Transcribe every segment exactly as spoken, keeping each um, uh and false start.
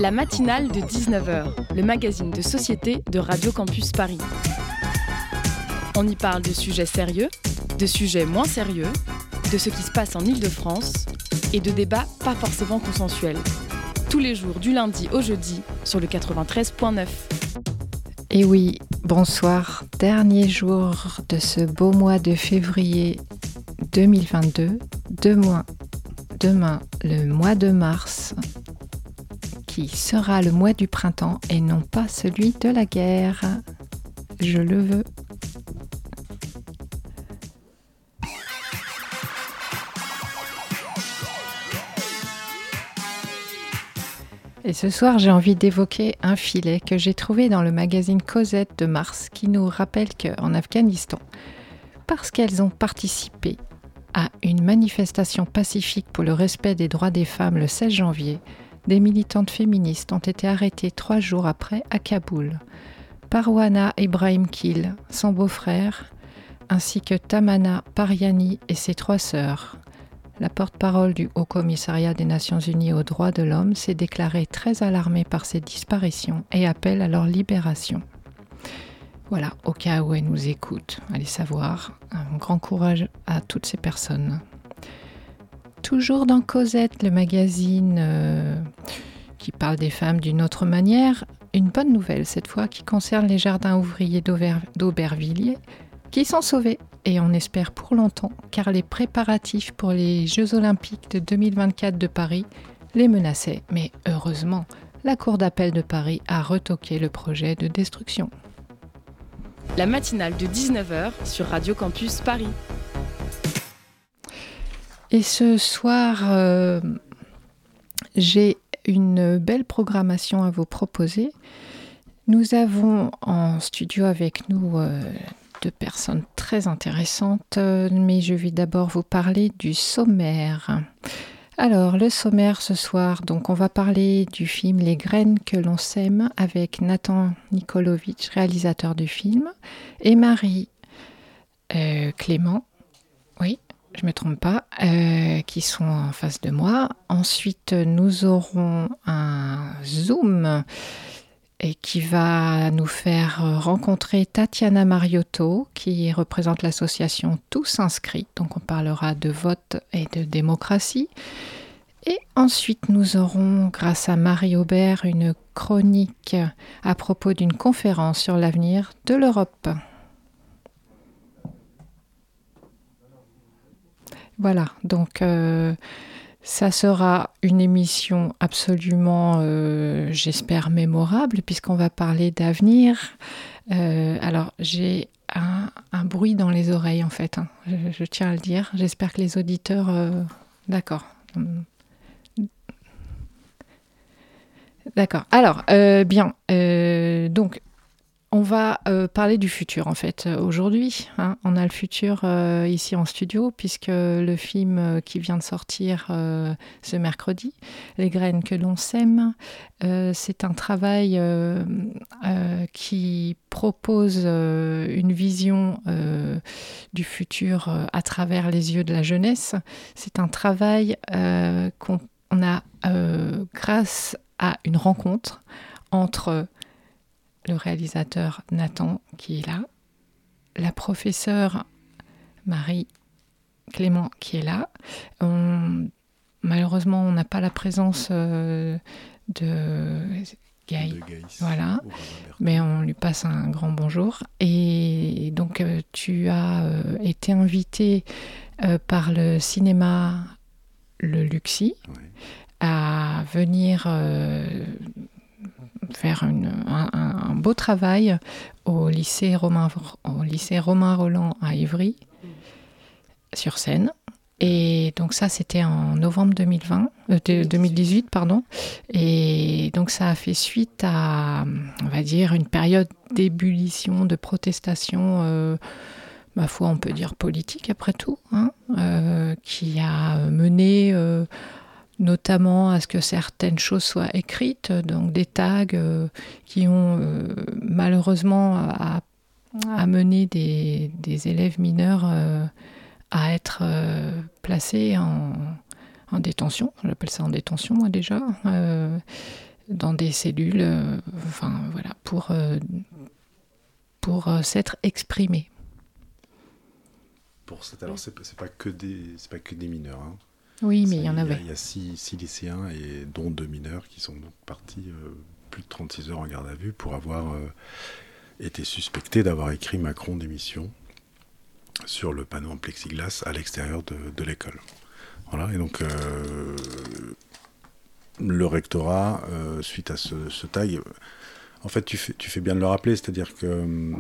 La matinale de dix-neuf heures, le magazine de société de Radio Campus Paris. On y parle de sujets sérieux, de sujets moins sérieux, de ce qui se passe en Île-de-France et de débats pas forcément consensuels. Tous les jours du lundi au jeudi sur le quatre-vingt-treize neuf. Et oui, bonsoir, dernier jour de ce beau mois de février deux mille vingt-deux, demain, demain le mois de mars, qui sera le mois du printemps et non pas celui de la guerre. Je le veux. Et ce soir, j'ai envie d'évoquer un filet que j'ai trouvé dans le magazine Cosette de mars qui nous rappelle qu'en Afghanistan, parce qu'elles ont participé à une manifestation pacifique pour le respect des droits des femmes le seize janvier, des militantes féministes ont été arrêtées trois jours après à Kaboul. Parwana Ibrahim Kil, son beau-frère, ainsi que Tamana Pariani et ses trois sœurs. La porte-parole du Haut-Commissariat des Nations Unies aux droits de l'homme s'est déclarée très alarmée par ces disparitions et appelle à leur libération. Voilà, au cas où elle nous écoute, allez savoir, un grand courage à toutes ces personnes. Toujours dans Cosette, le magazine euh, qui parle des femmes d'une autre manière, une bonne nouvelle cette fois qui concerne les jardins ouvriers d'Auber- d'Aubervilliers qui sont sauvés. Et on espère pour longtemps, car les préparatifs pour les Jeux Olympiques de deux mille vingt-quatre de Paris les menaçaient. Mais heureusement, la Cour d'appel de Paris a retoqué le projet de destruction. La matinale de dix-neuf heures sur Radio Campus Paris. Et ce soir, euh, j'ai une belle programmation à vous proposer. Nous avons en studio avec nous euh, deux personnes très intéressantes, mais je vais d'abord vous parler du sommaire. Alors, le sommaire ce soir, donc on va parler du film Les graines que l'on sème avec Nathan Nikolovic, réalisateur du film, et Marie euh, Clément, oui, je ne me trompe pas, euh, qui sont en face de moi. Ensuite, nous aurons un Zoom et qui va nous faire rencontrer Tatiana Mariotto, qui représente l'association Tous Inscrits. Donc on parlera de vote et de démocratie. Et ensuite, nous aurons, grâce à Marie Aubert, une chronique à propos d'une conférence sur l'avenir de l'Europe. Voilà, donc euh, ça sera une émission absolument, euh, j'espère, mémorable, puisqu'on va parler d'avenir. Euh, alors, j'ai un, un bruit dans les oreilles, en fait, hein, je, je tiens à le dire. J'espère que les auditeurs... Euh, d'accord. D'accord. Alors, euh, bien, euh, donc... On va euh, parler du futur en fait aujourd'hui. Hein. On a le futur euh, ici en studio puisque le film euh, qui vient de sortir euh, ce mercredi, Les graines que l'on sème, euh, c'est un travail euh, euh, qui propose euh, une vision euh, du futur euh, à travers les yeux de la jeunesse. C'est un travail euh, qu'on on a euh, grâce à une rencontre entre le réalisateur Nathan qui est là, la professeure Marie Clément qui est là. On, malheureusement, on n'a pas la présence euh, de Gaï, voilà, mais on lui passe un grand bonjour. Et donc, euh, tu as euh, été invité euh, par le cinéma Le Luxi oui. à venir... Euh, faire une, un, un beau travail au lycée Romain, au lycée Romain Roland à Ivry, sur Seine. Et donc ça, c'était en novembre deux mille vingt, euh, deux mille dix-huit, pardon. Et donc ça a fait suite à, on va dire, une période d'ébullition, de protestation, euh, ma foi, on peut dire politique après tout, hein, euh, qui a mené... Euh, notamment à ce que certaines choses soient écrites, donc des tags euh, qui ont euh, malheureusement à, amené des, des élèves mineurs euh, à être euh, placés en, en détention. J'appelle ça en détention, moi, déjà. Euh, dans des cellules, euh, enfin voilà, pour, euh, pour euh, s'être exprimés. Pour cette, alors c'est, c'est pas que des, c'est pas que des mineurs. Hein. Oui, mais ça, il y en avait. Il y a six, six lycéens et dont deux mineurs qui sont donc partis euh, plus de trente-six heures en garde à vue pour avoir euh, été suspectés d'avoir écrit Macron démission sur le panneau en plexiglas à l'extérieur de, de l'école. Voilà, et donc euh, le rectorat, euh, suite à ce, ce tag, en fait, tu fais, tu fais bien de le rappeler, c'est-à-dire que euh,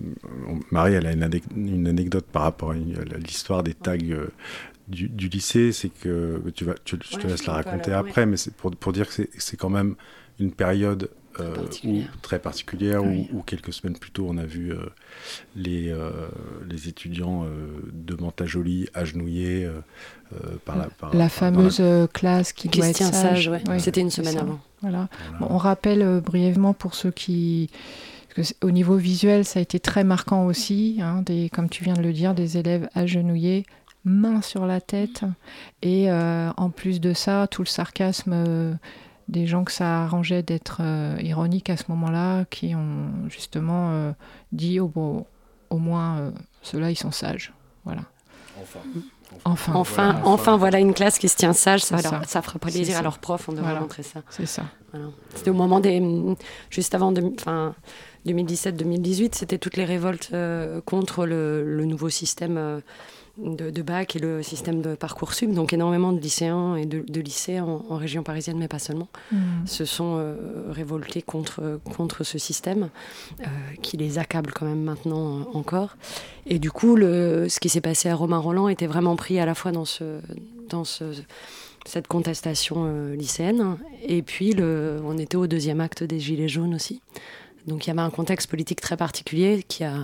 Marie, elle a une, ane- une anecdote par rapport à, une, à l'histoire des tags euh, du, du lycée, c'est que tu vas, tu, je te ouais, laisse la raconter la, après, ouais. mais c'est pour, pour dire que c'est, c'est quand même une période euh, très particulière, où, très particulière oui. où, où quelques semaines plus tôt, on a vu euh, les, euh, les étudiants euh, de Mantes-la-Jolie agenouillés euh, euh, par la... Par, la par, fameuse la... classe qui, qui doit se être tient sage. sage, ouais. Ouais, c'était une semaine avant. Voilà. Voilà. Bon, on rappelle euh, brièvement pour ceux qui... Parce que au niveau visuel, ça a été très marquant aussi, hein, des, comme tu viens de le dire, des élèves agenouillés, main sur la tête, et euh, en plus de ça, tout le sarcasme euh, des gens que ça arrangeait d'être euh, ironiques à ce moment-là, qui ont justement euh, dit, oh, bon, au moins, euh, ceux-là, ils sont sages. Voilà. Enfin. Enfin, enfin, voilà, enfin, voilà une classe qui se tient sage, ça, ça. leur, ça fera plaisir ça. à leurs profs, on devrait Voilà. montrer ça. C'est ça. Voilà. C'était au moment des... Juste avant, de, enfin, deux mille dix-sept deux mille dix-huit, c'était toutes les révoltes euh, contre le, le nouveau système euh, de, de bac et le système de Parcoursup. Donc énormément de lycéens et de, de lycées en, en région parisienne, mais pas seulement, Mmh. se sont euh, révoltés contre, contre ce système euh, qui les accable quand même maintenant euh, encore. Et du coup, le, ce qui s'est passé à Romain-Rolland était vraiment pris à la fois dans, ce, dans ce, cette contestation euh, lycéenne, et puis le, on était au deuxième acte des Gilets jaunes aussi. Donc il y avait un contexte politique très particulier qui a,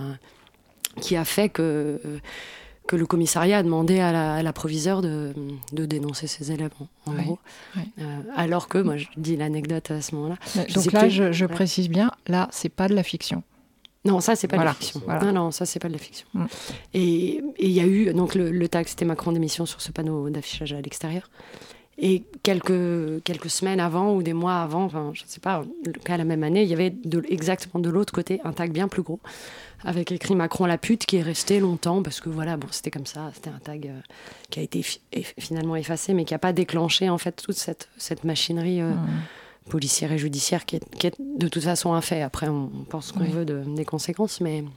qui a fait que... Euh, que le commissariat a demandé à la, à la proviseure de, de dénoncer ses élèves, en, en oui, gros. Oui. Euh, alors que, moi je dis l'anecdote à ce moment-là. Mais, je donc sais là, plus. je, je Ouais. précise bien, là, c'est pas de la fiction. Non, ça, c'est pas Voilà, de la fiction. voilà. Non, non, ça, c'est pas de la fiction. Mm. Et il y a eu, donc le, le tag, c'était Macron démission sur ce panneau d'affichage à l'extérieur. Et quelques, quelques semaines avant ou des mois avant, enfin, je ne sais pas, qu'à la même année, il y avait de, exactement de l'autre côté un tag bien plus gros, avec écrit Macron la pute, qui est resté longtemps, parce que voilà, bon, c'était comme ça, c'était un tag euh, qui a été fi- eff- finalement effacé, mais qui n'a pas déclenché en fait toute cette, cette machinerie euh, Mmh. policière et judiciaire qui est, qui est de toute façon un fait. Après, on, on pense ce qu'on Oui. veut de, des conséquences, mais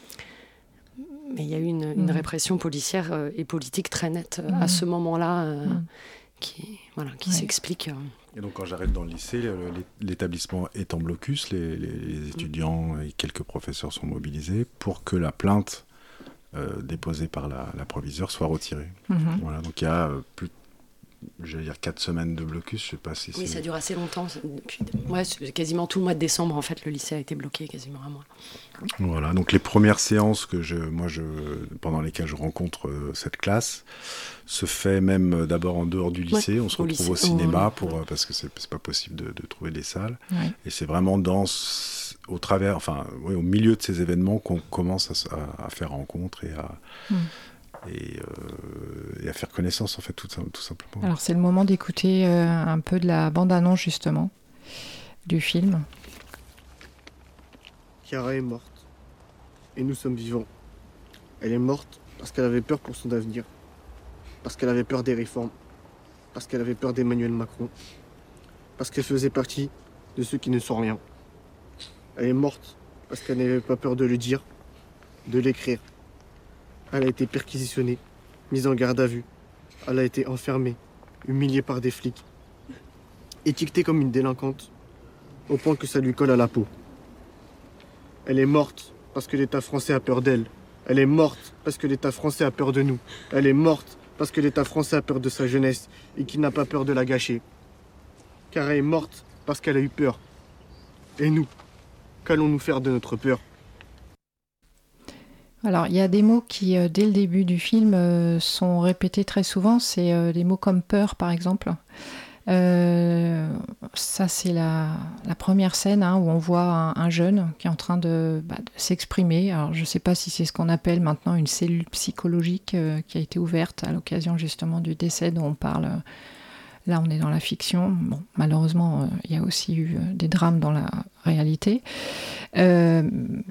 mais il y a eu une, une Mmh. répression policière euh, et politique très nette euh, Mmh. à ce moment-là, euh, Mmh. qui, voilà, qui Oui. s'explique. euh, Et donc quand j'arrive dans le lycée, le- l'établissement est en blocus, les, les- les étudiants et quelques professeurs sont mobilisés pour que la plainte euh, déposée par la, la proviseure soit retirée. Mhm. Voilà, donc il y a euh, plus, j'allais dire quatre semaines de blocus, je sais pas si Oui, c'est... ça dure assez longtemps. c'est Depuis, ouais, c'est quasiment tout le mois de décembre, en fait, le lycée a été bloqué quasiment un mois. Voilà, donc les premières séances que je, moi je, pendant lesquelles je rencontre euh, cette classe se fait même euh, d'abord en dehors du lycée. Ouais, On se au retrouve lycée, au cinéma au- pour, ouais. euh, parce que c'est, c'est pas possible de, de trouver des salles. Ouais. Et c'est vraiment dans, ce- au travers, enfin, oui, au milieu de ces événements qu'on commence à, s- à- à faire rencontre et à, Mm. et, euh, et à faire connaissance en fait, tout, sim- tout simplement. Alors, c'est le moment d'écouter euh, un peu de la bande-annonce, justement, du film. Chiara est morte. Et nous sommes vivants. Elle est morte parce qu'elle avait peur pour son avenir. Parce qu'elle avait peur des réformes. Parce qu'elle avait peur d'Emmanuel Macron. Parce qu'elle faisait partie de ceux qui ne sont rien. Elle est morte parce qu'elle n'avait pas peur de le dire, de l'écrire. Elle a été perquisitionnée, mise en garde à vue. Elle a été enfermée, humiliée par des flics. Étiquetée comme une délinquante, au point que ça lui colle à la peau. Elle est morte parce que l'État français a peur d'elle. Elle est morte parce que l'État français a peur de nous. Elle est morte parce que l'État français a peur de sa jeunesse et qu'il n'a pas peur de la gâcher. Car elle est morte parce qu'elle a eu peur. Et nous, qu'allons-nous faire de notre peur ? Alors, il y a des mots qui, euh, dès le début du film, euh, sont répétés très souvent. C'est euh, des mots comme peur, par exemple. Euh, ça, c'est la, la première scène hein, où on voit un, un jeune qui est en train de, bah, de s'exprimer. Alors, je ne sais pas si c'est ce qu'on appelle maintenant une cellule psychologique euh, qui a été ouverte à l'occasion justement du décès dont on parle Là, on est dans la fiction. Bon, malheureusement, il euh, y a aussi eu euh, des drames dans la réalité. Euh,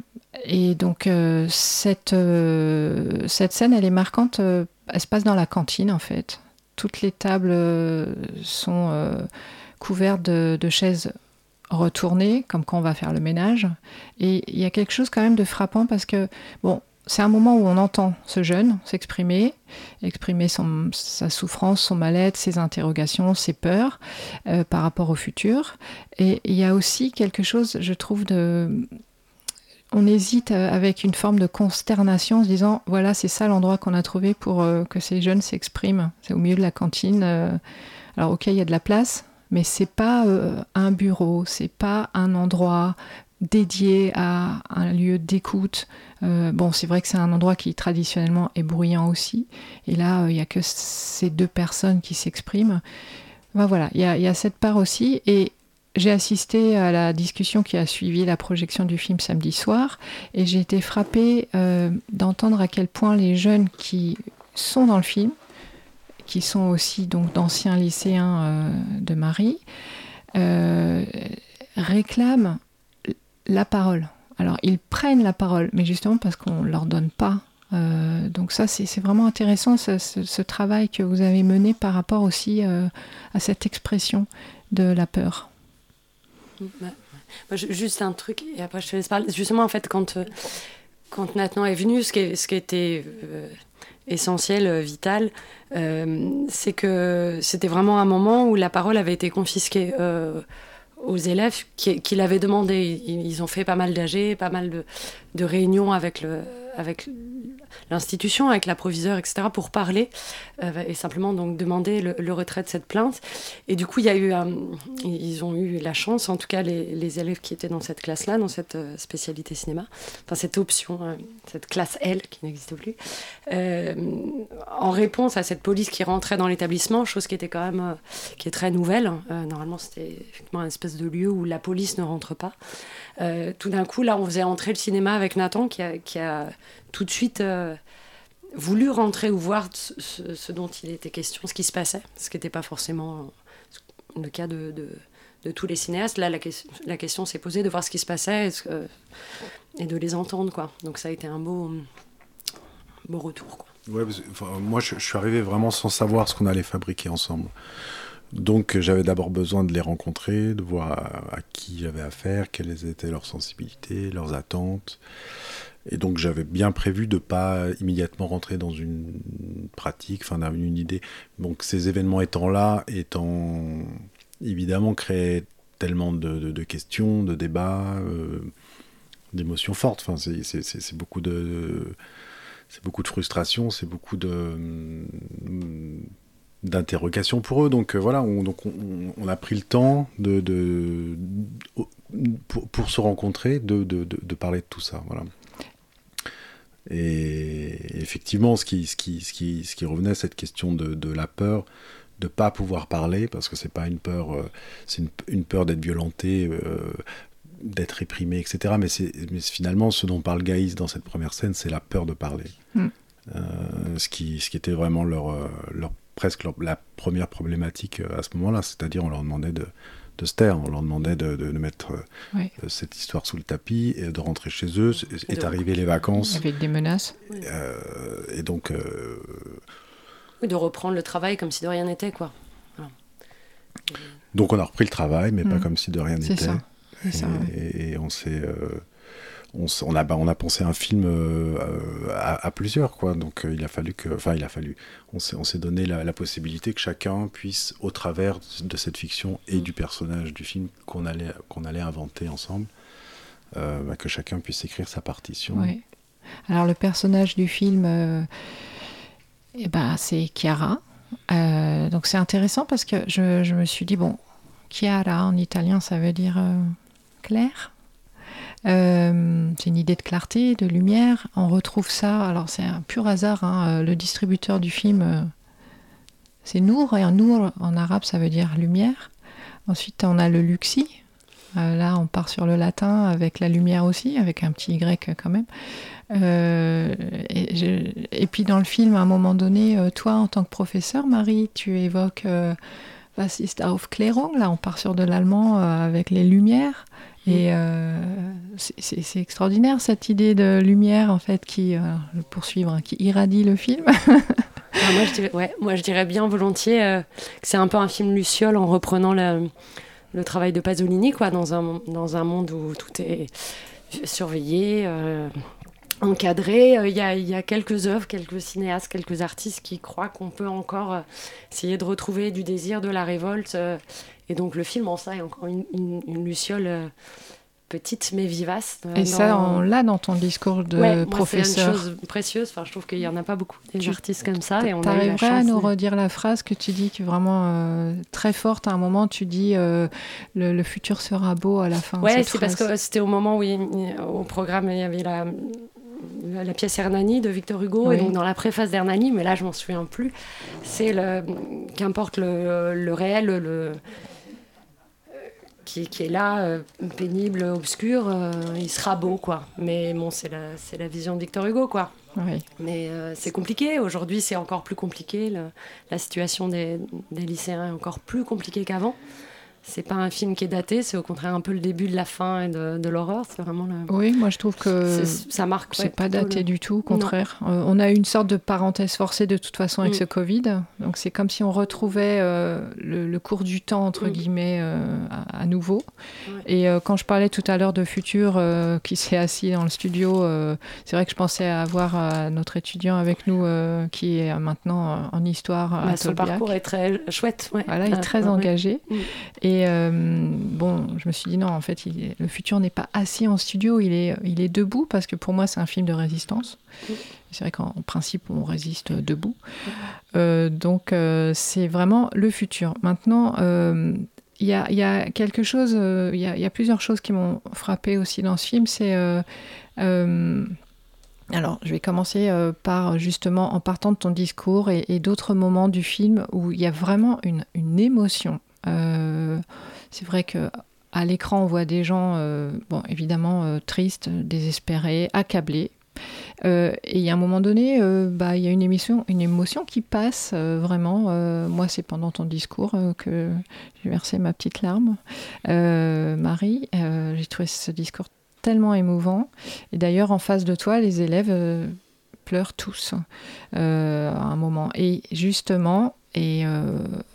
et donc, euh, cette, euh, cette scène, elle est marquante. Euh, elle se passe dans la cantine, en fait. Toutes les tables euh, sont euh, couvertes de, de chaises retournées, comme quand on va faire le ménage. Et il y a quelque chose quand même de frappant parce que, bon, c'est un moment où on entend ce jeune s'exprimer, exprimer son, sa souffrance, son mal-être, ses interrogations, ses peurs euh, par rapport au futur. Et il y a aussi quelque chose, je trouve, de... On hésite avec une forme de consternation en se disant, voilà, c'est ça l'endroit qu'on a trouvé pour euh, que ces jeunes s'expriment. C'est au milieu de la cantine. Euh... Alors, ok, il y a de la place, mais c'est pas euh, un bureau, c'est pas un endroit dédié à un lieu d'écoute. Euh, bon, c'est vrai que c'est un endroit qui traditionnellement est bruyant aussi. Et là, il euh, n'y a que ces deux personnes qui s'expriment. Ben voilà, il y, y a cette part aussi. Et j'ai assisté à la discussion qui a suivi la projection du film samedi soir. Et j'ai été frappée euh, d'entendre à quel point les jeunes qui sont dans le film, qui sont aussi donc d'anciens lycéens euh, de Marie, euh, réclament la parole. Alors, ils prennent la parole, mais justement parce qu'on ne leur donne pas. Euh, donc ça, c'est, c'est vraiment intéressant, ce, ce, ce travail que vous avez mené par rapport aussi euh, à cette expression de la peur. Bah, moi, juste un truc, et après je te laisse parler. Justement, en fait, quand, quand Nathan est venu, ce qui, est, ce qui était euh, essentiel, euh, vital, euh, c'est que c'était vraiment un moment où la parole avait été confisquée euh, aux élèves qui, qui l'avaient demandé. Ils, ils ont fait pas mal d'A G, pas mal de, de réunions avec, le, avec l'institution, avec la proviseure, et cetera, pour parler euh, et simplement donc demander le, le retrait de cette plainte. Et du coup, il y a eu, euh, ils ont eu la chance, en tout cas les, les élèves qui étaient dans cette classe-là, dans cette euh, spécialité cinéma, enfin cette option, euh, cette classe L qui n'existe plus, euh, en réponse à cette police qui rentrait dans l'établissement, chose qui était quand même euh, qui est très nouvelle. Euh, normalement, c'était effectivement une espèce de lieu où la police ne rentre pas. Euh, tout d'un coup, là, on faisait entrer le cinéma avec Nathan qui a, qui a tout de suite euh, voulu rentrer ou voir ce, ce, ce dont il était question, ce qui se passait, ce qui n'était pas forcément le cas de, de, de tous les cinéastes. Là, la, la question s'est posée de voir ce qui se passait et, euh, et de les entendre, quoi. Donc ça a été un beau, beau retour, quoi. Ouais, parce que, enfin, moi, je, je suis arrivé vraiment sans savoir ce qu'on allait fabriquer ensemble. Donc j'avais d'abord besoin de les rencontrer, de voir à, à qui j'avais affaire, quelles étaient leurs sensibilités, leurs attentes. Et donc j'avais bien prévu de ne pas immédiatement rentrer dans une pratique, enfin d'avoir une idée. Donc ces événements étant là, étant évidemment créé tellement de, de, de questions, de débats, euh, d'émotions fortes. Enfin, c'est, c'est, c'est, c'est beaucoup de, c'est beaucoup de frustration, c'est beaucoup de d'interrogation pour eux, donc euh, voilà, on, donc on, on a pris le temps de, de, de pour, pour se rencontrer, de, de, de, de parler de tout ça, voilà. Et effectivement, ce qui, ce qui, ce qui, ce qui revenait, cette question de, de la peur de pas pouvoir parler, parce que c'est pas une peur, euh, c'est une, une peur d'être violenté, euh, d'être réprimé, et cetera. Mais c'est, mais finalement, ce dont parle Gaïs dans cette première scène, c'est la peur de parler. Mm. Euh, ce qui, ce qui était vraiment leur, leur presque leur, la première problématique à ce moment-là, c'est-à-dire on leur demandait de, de se taire, on leur demandait de, de, de mettre oui. euh, cette histoire sous le tapis et de rentrer chez eux. Est de... arrivé les vacances. Avec des menaces. Euh, et donc... Euh... Oui, de reprendre le travail comme si de rien n'était, quoi. Voilà. Donc on a repris le travail, mais mmh. pas comme si de rien c'est n'était. Ça. C'est et, ça, ouais. et, et on s'est... Euh... On, on, a, on a pensé un film euh, à, à plusieurs, quoi. Donc euh, il a fallu que, enfin il a fallu, on s'est, on s'est donné la, la possibilité que chacun puisse, au travers de cette fiction et du personnage du film qu'on allait, qu'on allait inventer ensemble, euh, bah, que chacun puisse écrire sa partition. Oui. Alors le personnage du film, euh, eh ben, c'est Chiara. Euh, donc c'est intéressant parce que je, je me suis dit bon, Chiara en italien ça veut dire euh, clair. Euh, c'est une idée de clarté, de lumière. On retrouve ça, alors c'est un pur hasard, hein, le distributeur du film, euh, c'est Nour, et un Nour en arabe ça veut dire lumière. Ensuite on a le Luxi, euh, là on part sur le latin avec la lumière aussi, avec un petit Y quand même. Euh, et, je, et puis dans le film, à un moment donné, euh, toi en tant que professeur, Marie, tu évoques... Euh, Was ist Aufklärung? Là, on part sur de l'allemand euh, avec les lumières. Et euh, c'est, c'est, c'est extraordinaire cette idée de lumière en fait qui, euh, le poursuivre, hein, qui irradie le film. Ah, moi, je dirais, ouais, moi je dirais bien volontiers euh, que c'est un peu un film Luciole en reprenant le, le travail de Pasolini, quoi, dans un, dans un monde où tout est surveillé, euh, encadré. Il y a, il y a quelques œuvres, quelques cinéastes, quelques artistes qui croient qu'on peut encore euh, essayer de retrouver du désir, de la révolte. Euh, et donc le film en ça est encore une, une, une Luciole euh, petite mais vivace. Euh, et dans... ça, on l'a dans ton discours de ouais, professeur. Moi, c'est une chose précieuse. Enfin, je trouve qu'il n'y en a pas beaucoup des tu, artistes comme ça. Tu arriverais à nous redire la phrase que tu dis, qui est vraiment euh, très forte. À un moment, tu dis euh, le, le futur sera beau à la fin. Ouais, c'est phrase. Parce que c'était au moment où, il, au programme, il y avait la... la pièce Hernani de Victor Hugo, oui. Et donc dans la préface d'Hernani, mais là je m'en souviens plus, c'est le, qu'importe le, le réel, le, qui, qui est là, euh, pénible, obscur, euh, il sera beau, quoi. Mais bon, c'est la, c'est la vision de Victor Hugo, quoi. Oui. Mais euh, c'est compliqué, aujourd'hui c'est encore plus compliqué, le, la situation des, des lycéens est encore plus compliquée qu'avant. C'est pas un film qui est daté, c'est au contraire un peu le début de la fin et de, de l'horreur. C'est vraiment le... Oui, moi je trouve que c'est, ça marque. C'est ouais, pas daté le... du tout, au contraire. Euh, on a eu une sorte de parenthèse forcée de toute façon avec mm. ce Covid. Donc c'est comme si on retrouvait euh, le, le cours du temps, entre mm. guillemets, euh, à, à nouveau. Ouais. Et euh, quand je parlais tout à l'heure de Futur euh, qui s'est assis dans le studio, euh, c'est vrai que je pensais avoir euh, notre étudiant avec nous euh, qui est maintenant en histoire bah, à son parcours est très chouette. Ouais. Voilà, il est très ah, engagé. Ouais. Mm. Et Et euh, bon, je me suis dit non, en fait, il est, le futur n'est pas assis en studio, il est, il est debout, parce que pour moi, c'est un film de résistance. Mmh. C'est vrai qu'en principe, on résiste debout. Mmh. Euh, donc, euh, c'est vraiment le futur. Maintenant, il euh, y, a, y a quelque chose, il euh, y, y a plusieurs choses qui m'ont frappée aussi dans ce film. C'est... Euh, euh, alors, je vais commencer euh, par, justement, en partant de ton discours et, et d'autres moments du film où il y a vraiment une, une émotion. Euh, c'est vrai que à l'écran on voit des gens euh, bon évidemment euh, tristes, désespérés, accablés euh, et il y a un moment donné euh, bah il y a une émotion une émotion qui passe euh, vraiment euh, moi c'est pendant ton discours euh, que j'ai versé ma petite larme euh, Marie euh, j'ai trouvé ce discours tellement émouvant et d'ailleurs en face de toi les élèves euh, pleurent tous euh, à un moment et justement et euh,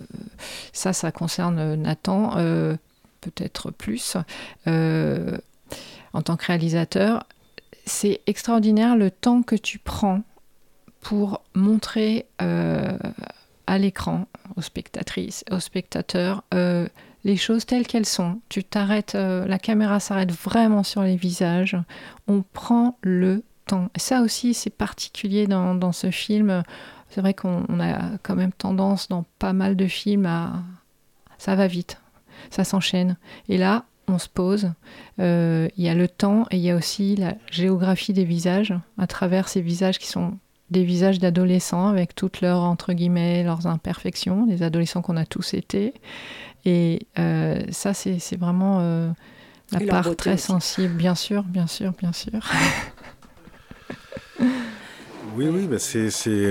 ça, ça concerne Nathan, euh, peut-être plus. Euh, en tant que réalisateur, c'est extraordinaire le temps que tu prends pour montrer euh, à l'écran, aux spectatrices, aux spectateurs, euh, les choses telles qu'elles sont. Tu t'arrêtes, euh, la caméra s'arrête vraiment sur les visages. On prend le temps. Et ça aussi, c'est particulier dans, dans ce film. C'est vrai qu'on a quand même tendance dans pas mal de films à... Ça va vite, ça s'enchaîne. Et là, on se pose. Euh, il y a le temps et il y a aussi la géographie des visages, à travers ces visages qui sont des visages d'adolescents avec toutes leurs, entre guillemets, leurs imperfections, les adolescents qu'on a tous été. Et euh, ça, c'est, c'est vraiment euh, la et part très aussi. Sensible. Bien sûr, bien sûr, bien sûr. Oui, oui, bah c'est, c'est...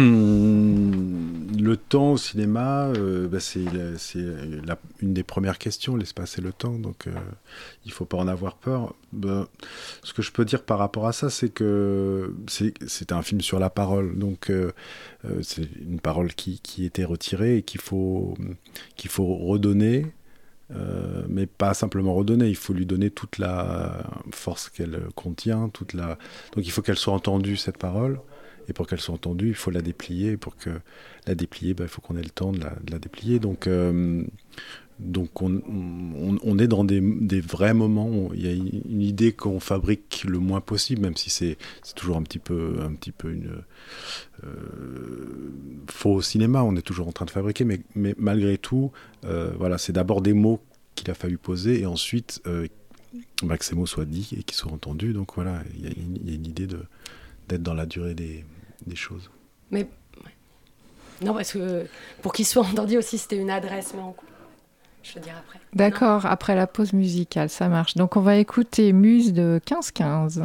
le temps au cinéma, euh, bah c'est, c'est la, une des premières questions, l'espace et le temps, donc euh, il ne faut pas en avoir peur. Bah, ce que je peux dire par rapport à ça, c'est que c'est, c'est un film sur la parole, donc euh, c'est une parole qui, qui était retirée et qu'il faut, qu'il faut redonner. Euh, mais pas simplement redonner, il faut lui donner toute la force qu'elle contient, toute la... donc il faut qu'elle soit entendue, cette parole, et pour qu'elle soit entendue, il faut la déplier, et pour que la déplier, bah, il faut qu'on ait le temps de la, de la déplier, donc, euh, donc on, on, on est dans des, des vrais moments, il y a une idée qu'on fabrique le moins possible, même si c'est, c'est toujours un petit peu, un petit peu une... Euh, faux cinéma, on est toujours en train de fabriquer, mais, mais malgré tout, euh, voilà, c'est d'abord des mots qu'il a fallu poser, et ensuite euh, bah, que ces mots soient dits et qu'ils soient entendus, donc voilà, il y, y a une idée de, d'être dans la durée des, des choses. Mais non, parce que pour qu'ils soient entendus aussi, c'était une adresse, mais en coup. Je veux dire après. D'accord, non. Après la pause musicale, ça marche. Donc on va écouter Muse de quinze quinze.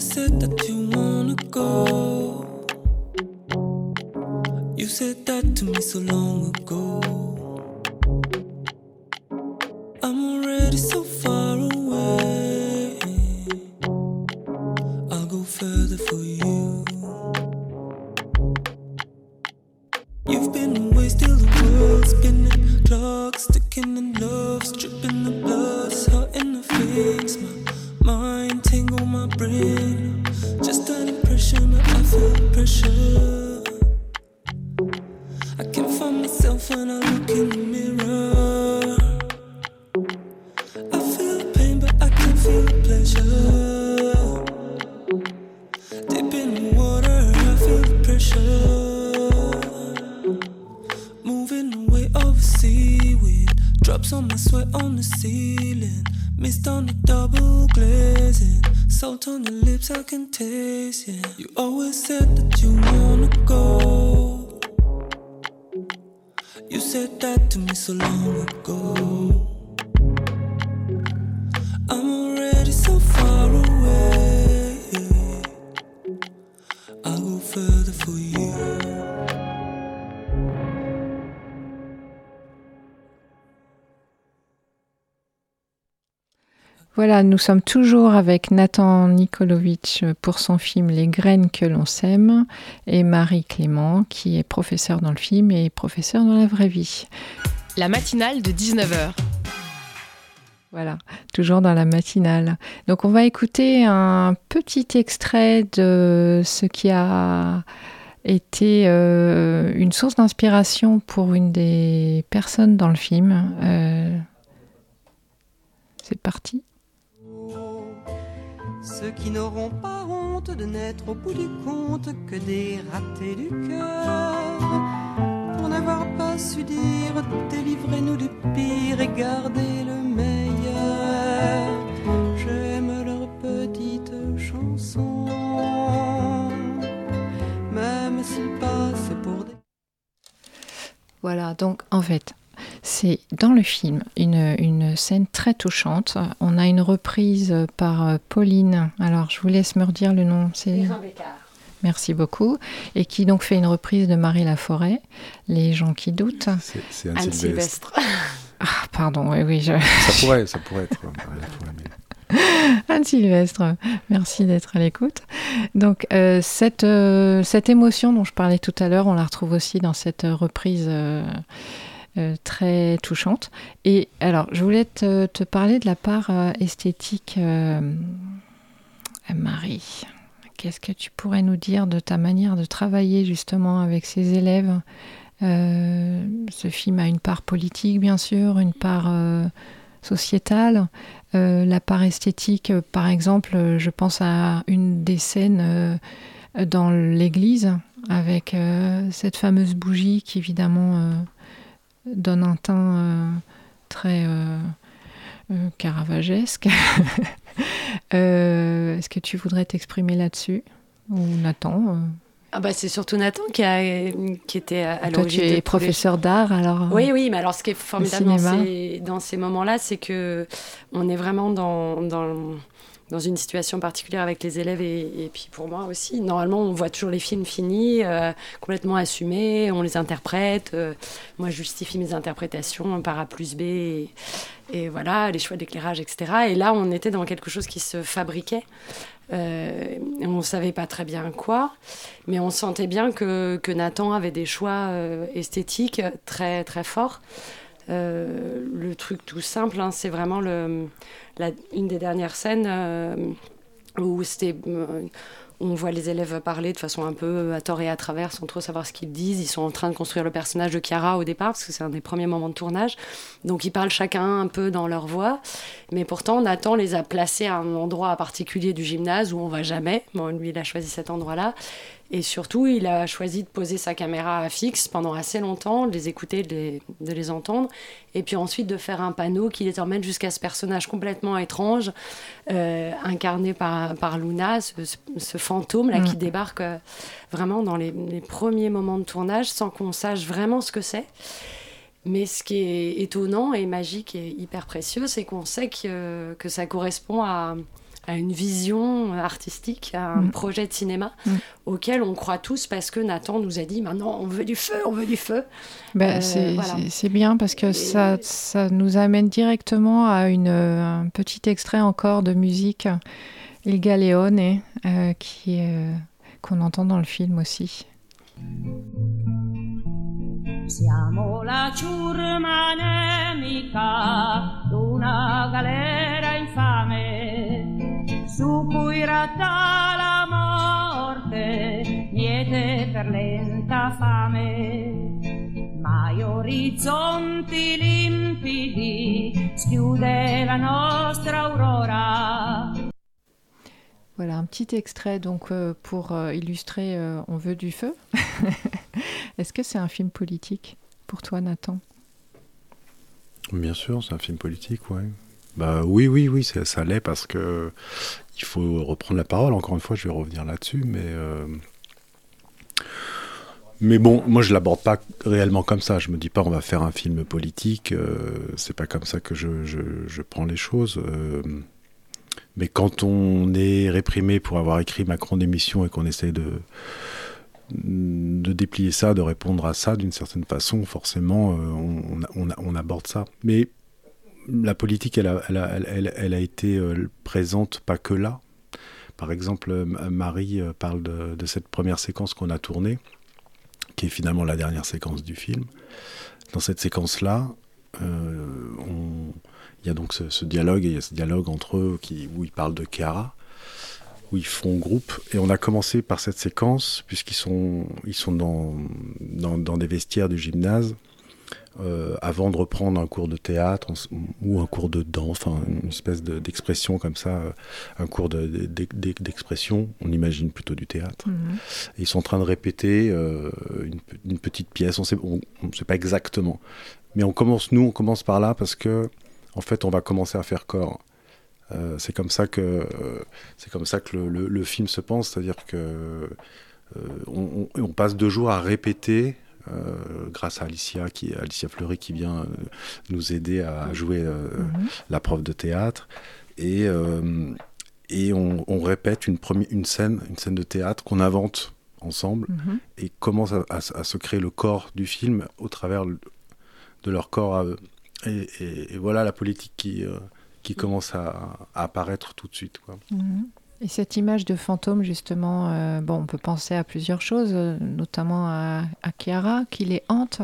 always said that you wanna go. You said that to me so long ago. I'm already so far away. I'll go further for you. You've been away, still the world spinning, clocks ticking and love stripping the blood, hot in the face. My mind tangle my brain. Just an impression, I feel pressure. I can't find myself when I look in the mirror. I feel pain, but I can feel pleasure. Deep in the water, I feel the pressure. Moving away over seaweed, drops on my sweat on the ceiling, mist on the double glazing, salt on your lips I can taste, yeah. You always said that you wanna go. You said that to me so long ago. I'm already so far away. I'll go further for you. Voilà, nous sommes toujours avec Nathan Nikolovic pour son film Les graines que l'on sème et Marie Clément qui est professeure dans le film et professeure dans la vraie vie. La matinale de dix-neuf heures. Voilà, toujours dans la matinale. Donc on va écouter un petit extrait de ce qui a été euh, une source d'inspiration pour une des personnes dans le film. Euh, c'est parti. Ceux qui n'auront pas honte de n'être au bout du compte que des ratés du cœur, pour n'avoir pas su dire délivrez-nous du pire et gardez le meilleur. J'aime leurs petites chansons, même s'ils passent pour des... Voilà, donc en fait, c'est dans le film une, une scène très touchante. On a une reprise par Pauline. Alors, je vous laisse me redire le nom. C'est Merci beaucoup. Et qui donc fait une reprise de Marie Laforêt, Les gens qui doutent. C'est, c'est Anne, Anne Sylvestre. Sylvestre. Ah, pardon, oui, oui. Je... Ça pourrait, ça pourrait être Marie Laforêt. Mais... Anne Sylvestre, merci d'être à l'écoute. Donc, euh, cette, euh, cette émotion dont je parlais tout à l'heure, on la retrouve aussi dans cette reprise euh, euh, très touchante. Et alors, je voulais te, te parler de la part euh, esthétique. Euh, Marie, qu'est-ce que tu pourrais nous dire de ta manière de travailler justement avec ces élèves ? euh, Ce film a une part politique, bien sûr, une part euh, sociétale. Euh, la part esthétique, euh, par exemple, euh, je pense à une des scènes euh, dans l'église avec euh, cette fameuse bougie qui évidemment euh, donne un teint euh, très euh, euh, caravagesque. euh, est-ce que tu voudrais t'exprimer là-dessus ? Ou Nathan euh... Ah bah c'est surtout Nathan qui, a, qui était à, à Toi, l'origine. tu es de professeur les... d'art, alors... Oui, oui, mais alors ce qui est formidable dans ces, dans ces moments-là, c'est qu'on est vraiment dans... dans dans une situation particulière avec les élèves et, et puis pour moi aussi. Normalement, on voit toujours les films finis, euh, complètement assumés, on les interprète. Euh, moi, je justifie mes interprétations par A plus B et, et voilà, les choix d'éclairage, et cetera. Et là, on était dans quelque chose qui se fabriquait. Euh, on ne savait pas très bien quoi, mais on sentait bien que, que Nathan avait des choix euh, esthétiques très, très forts. Euh, le truc tout simple, hein, c'est vraiment le, la, une des dernières scènes euh, où c'était, euh, on voit les élèves parler de façon un peu à tort et à travers sans trop savoir ce qu'ils disent. Ils sont en train de construire le personnage de Chiara au départ parce que c'est un des premiers moments de tournage, donc ils parlent chacun un peu dans leur voix, mais pourtant Nathan les a placés à un endroit particulier du gymnase où on va jamais. Bon, lui il a choisi cet endroit-là. Et surtout, il a choisi de poser sa caméra fixe pendant assez longtemps, de les écouter, de les, de les entendre, et puis ensuite de faire un panneau qui les emmène jusqu'à ce personnage complètement étrange, euh, incarné par, par Luna, ce, ce fantôme-là mmh. qui débarque euh, vraiment dans les, les premiers moments de tournage sans qu'on sache vraiment ce que c'est. Mais ce qui est étonnant et magique et hyper précieux, c'est qu'on sait que, que ça correspond à... à une vision artistique, à un mmh. projet de cinéma mmh. auquel on croit tous parce que Nathan nous a dit maintenant on veut du feu, on veut du feu. Ben, euh, c'est, voilà. c'est, c'est bien parce que Et... ça, ça nous amène directement à une, un petit extrait encore de musique, Il Galeone, euh, qui, euh, qu'on entend dans le film aussi. Siamo la ciurma nemica d'una galera infame su cui ratta la morte miete per lenta fame, ma gli orizzonti limpidi schiude la nostra aurora. Voilà, un petit extrait donc euh, pour euh, illustrer euh, On veut du feu. Est-ce que c'est un film politique pour toi, Nathan ? Bien sûr, c'est un film politique, ouais. Bah oui, oui, oui, ça, ça l'est parce que il faut reprendre la parole. Encore une fois, je vais revenir là-dessus, mais euh... mais bon, moi je l'aborde pas réellement comme ça. Je me dis pas on va faire un film politique. Euh, c'est pas comme ça que je je, je prends les choses. Euh... Mais quand on est réprimé pour avoir écrit Macron démission et qu'on essaie de, de déplier ça, de répondre à ça d'une certaine façon, forcément, euh, on, on, on aborde ça. Mais la politique, elle a, elle a, elle, elle a été euh, présente pas que là. Par exemple, Marie parle de, de cette première séquence qu'on a tournée, qui est finalement la dernière séquence du film. Dans cette séquence-là, euh, on... il y a donc ce, ce dialogue, et il y a ce dialogue entre eux qui, où ils parlent de Chiara, où ils font groupe. Et on a commencé par cette séquence, puisqu'ils sont, ils sont dans, dans, dans des vestiaires du gymnase, euh, avant de reprendre un cours de théâtre ou un cours de danse, enfin une espèce de, d'expression comme ça, un cours de, de, de, d'expression, on imagine plutôt du théâtre. Mmh. Et ils sont en train de répéter euh, une, une petite pièce, on sait, on ne sait pas exactement. Mais on commence, nous, on commence par là parce que en fait, on va commencer à faire corps. Euh, c'est comme ça que euh, c'est comme ça que le, le, le film se pense, c'est-à-dire que euh, on, on, on passe deux jours à répéter, euh, grâce à Alicia, qui Alicia Fleury qui vient euh, nous aider à jouer euh, mm-hmm. la prof de théâtre, et euh, et on, on répète une première une scène, une scène de théâtre qu'on invente ensemble, mm-hmm. et commence à, à, à se créer le corps du film au travers de leur corps à eux. Et, et, et voilà la politique qui, euh, qui commence à, à apparaître tout de suite, quoi. Mmh. Et cette image de fantôme, justement, euh, bon, on peut penser à plusieurs choses, notamment à, à Chiara, qui les hante.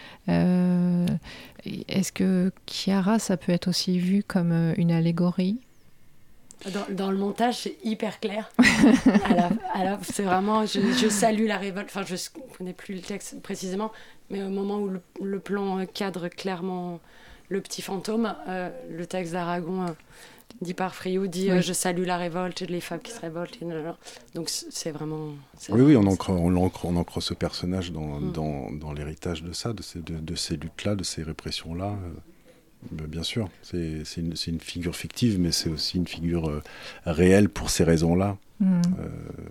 Euh, est-ce que Chiara, ça peut être aussi vu comme une allégorie ? Dans, dans le montage, c'est hyper clair. à la, à la, c'est vraiment, je, je salue la révolte. Enfin, je ne connais plus le texte précisément, mais au moment où le, le plan cadre clairement le petit fantôme, euh, le texte d'Aragon, euh, dit par Friot, dit oui. euh, je salue la révolte et les femmes qui se révoltent. Et donc c'est vraiment. C'est oui, vraiment, oui, on ancre, on, ancre, on ancre ce personnage dans, mm. dans, dans l'héritage de ça, de ces, de, de ces luttes-là, de ces répressions-là. Euh. Bien sûr, c'est, c'est, une, c'est une figure fictive, mais c'est aussi une figure euh, réelle pour ces raisons-là. Mmh. Euh...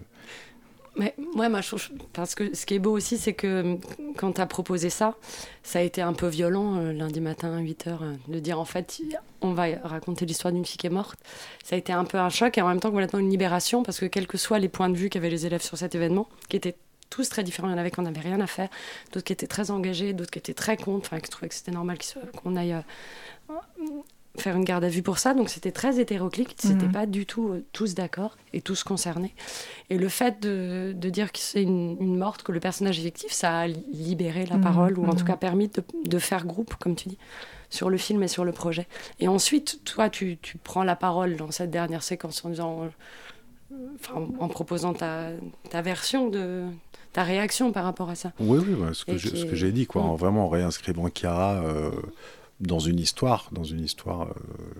Mais ouais, moi, je trouve, parce que ce qui est beau aussi, c'est que quand tu as proposé ça, ça a été un peu violent euh, lundi matin à huit heures, euh, de dire en fait, on va raconter l'histoire d'une fille qui est morte. Ça a été un peu un choc et en même temps complètement une libération, parce que quels que soient les points de vue qu'avaient les élèves sur cet événement, qui étaient tous très différents, il y en avait qui n'avaient rien à faire, d'autres qui étaient très engagés, d'autres qui étaient très contre, enfin qui trouvaient que c'était normal qu'il soit, qu'on aille euh, faire une garde à vue pour ça, donc c'était très hétéroclite, c'était mmh. pas du tout euh, tous d'accord et tous concernés. Et le fait de, de dire que c'est une, une morte, que le personnage est fictif, ça a libéré la mmh. parole, ou en mmh. tout cas permis de, de faire groupe, comme tu dis, sur le film et sur le projet. Et ensuite, toi, tu, tu prends la parole dans cette dernière séquence en disant, euh, enfin, en proposant ta, ta version de... ta réaction par rapport à ça. Oui, oui, bah, ce, que je, ce que j'ai dit, quoi, mmh. en vraiment en réinscrivant Chiara euh, dans une histoire, dans une histoire, euh,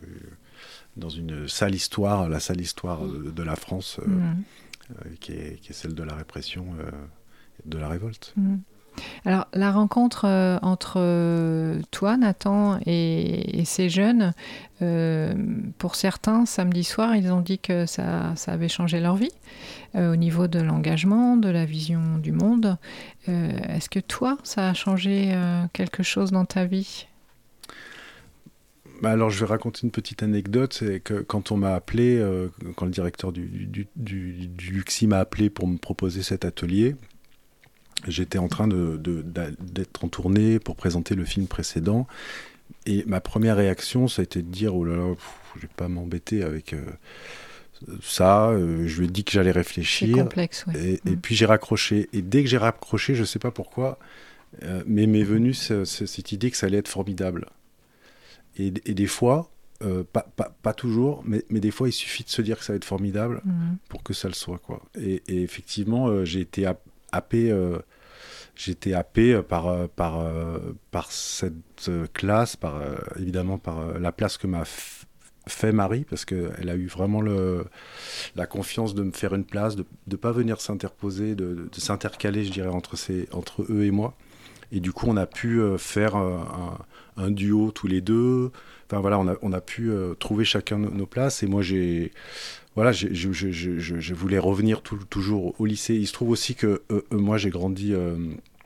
dans une sale histoire, la sale histoire mmh. de, de la France, euh, mmh. euh, qui, est, qui est celle de la répression, euh, de la révolte. Mmh. Alors, la rencontre euh, entre euh, toi, Nathan, et, et ces jeunes, euh, pour certains, samedi soir, ils ont dit que ça, ça avait changé leur vie, euh, au niveau de l'engagement, de la vision du monde. Euh, est-ce que toi, ça a changé euh, quelque chose dans ta vie ? Bah alors, je vais raconter une petite anecdote. C'est que quand on m'a appelé, euh, quand le directeur du, du, du, du Luxi m'a appelé pour me proposer cet atelier, j'étais en train de, de, d'être en tournée pour présenter le film précédent. Et ma première réaction, ça a été de dire « Oh là là, pff, je vais pas m'embêter avec euh, ça. Euh, » Je lui ai dit que j'allais réfléchir. C'est complexe, oui. Et, mmh. et puis j'ai raccroché. Et dès que j'ai raccroché, je sais pas pourquoi, euh, mais m'est venue ce, ce, cette idée que ça allait être formidable. Et, et des fois, euh, pas, pas, pas toujours, mais, mais des fois, il suffit de se dire que ça va être formidable mmh. pour que ça le soit, quoi. Et, et effectivement, euh, j'ai été happé, euh, j'ai été happé par, par, euh, par cette classe, par, euh, évidemment par euh, la place que m'a f- fait Marie, parce qu'elle a eu vraiment le, la confiance de me faire une place, de ne pas venir s'interposer, de, de s'intercaler, je dirais, entre, ces, entre eux et moi. Et du coup, on a pu euh, faire euh, un, un duo tous les deux. Enfin voilà, on a, on a pu euh, trouver chacun nos, nos places. Et moi, j'ai, voilà, j'ai, je, je, je, je voulais revenir tout, toujours au lycée. Il se trouve aussi que euh, moi, j'ai grandi euh,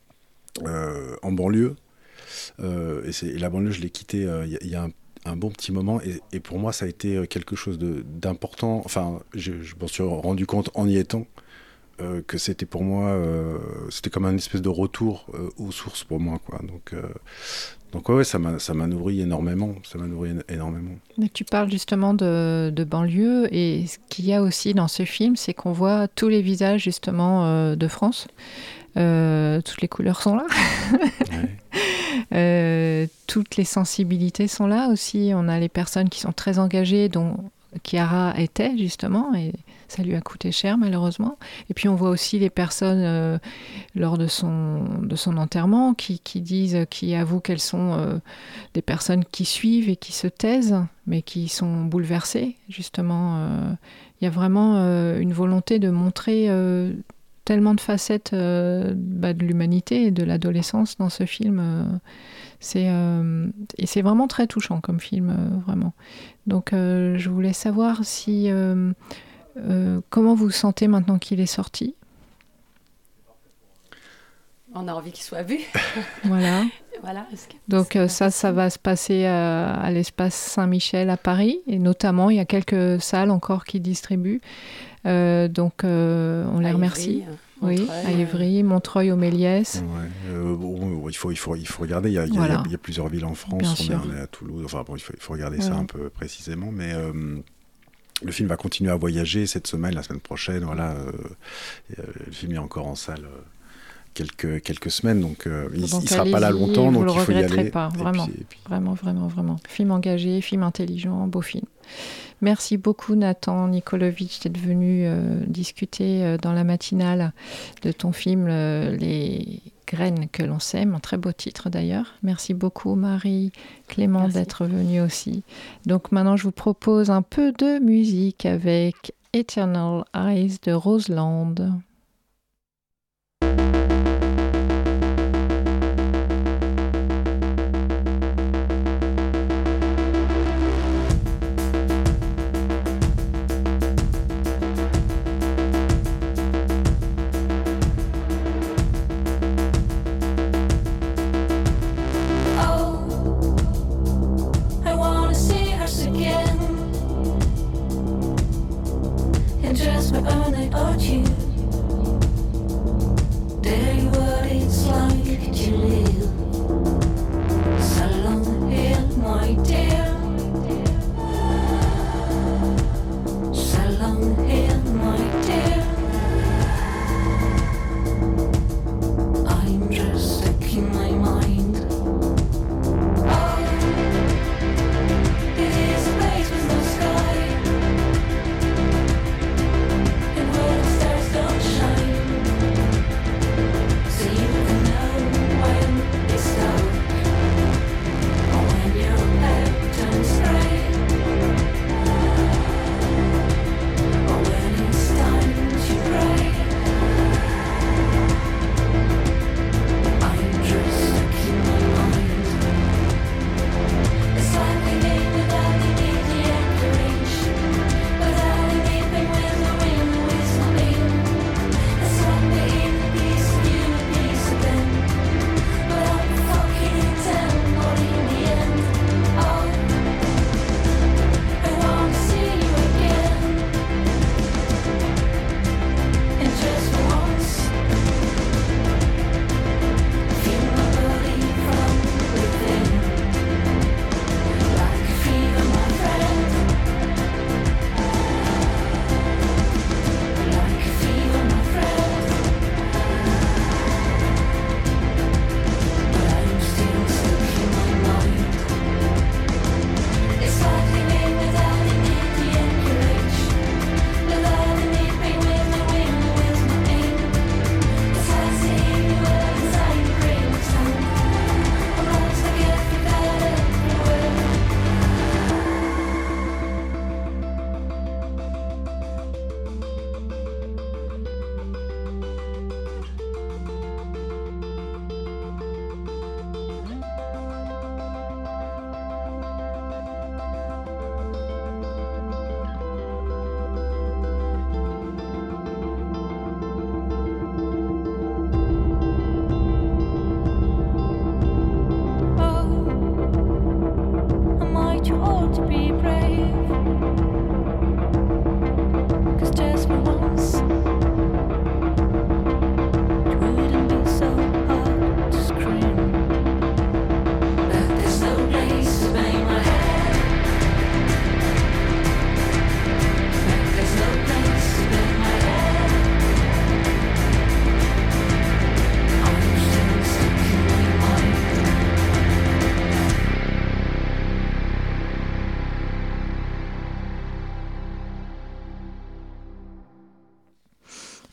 euh, en banlieue. Euh, et, c'est, et la banlieue, je l'ai quittée il euh, y, y a un, un bon petit moment. Et, et pour moi, ça a été quelque chose de, d'important. Enfin, je, je m'en suis rendu compte en y étant. Euh, que c'était pour moi, euh, c'était comme un espèce de retour euh, aux sources pour moi, quoi. Donc, euh, donc ouais, ouais, ça m'a, ça m'a nourri énormément, ça m'a nourri énormément. Mais tu parles justement de, de banlieue, et ce qu'il y a aussi dans ce film, c'est qu'on voit tous les visages justement euh, de France. Euh, toutes les couleurs sont là. Ouais. euh, toutes les sensibilités sont là aussi. On a les personnes qui sont très engagées, dont Chiara était justement, et ça lui a coûté cher malheureusement. Et puis on voit aussi les personnes euh, lors de son, de son enterrement qui, qui disent, qui avouent qu'elles sont euh, des personnes qui suivent et qui se taisent, mais qui sont bouleversées justement. Euh, il y a vraiment euh, une volonté de montrer euh, tellement de facettes euh, bah, de l'humanité et de l'adolescence dans ce film. Euh, c'est, euh, et c'est vraiment très touchant comme film, euh, vraiment. Donc euh, je voulais savoir si... Euh, Euh, comment vous vous sentez maintenant qu'il est sorti ? On a envie qu'il soit vu. Voilà. voilà est-ce que Donc euh, ça, ça va se passer à, à l'espace Saint-Michel à Paris. Et notamment, il y a quelques salles encore qui distribuent. Euh, donc euh, on les à remercie. Ivry, oui, Montreuil, à Ivry, Montreuil, au Méliès. Ouais, euh, bon, il, faut, il, faut, il faut regarder. Il y a, il y a, voilà. il y a plusieurs villes en France. Bien on, sûr. est, on est à Toulouse. Enfin bon, il faut, il faut regarder voilà. ça un peu précisément. Mais... Euh, le film va continuer à voyager cette semaine, la semaine prochaine. Voilà, euh, euh, le film est encore en salle euh, quelques, quelques semaines, donc euh, il ne sera pas là longtemps, donc il faut y aller. Vous ne le regretterez pas, vraiment, et puis, et puis... vraiment, vraiment, vraiment. Film engagé, film intelligent, beau film. Merci beaucoup Nathan Nikolovic d'être venu euh, discuter euh, dans la matinale de ton film euh, Les graines que l'on sème, un très beau titre d'ailleurs. Merci beaucoup Marie Clément Merci. D'être venue aussi. Donc maintenant je vous propose un peu de musique avec Eternal Eyes de Roseland. Just my own night or you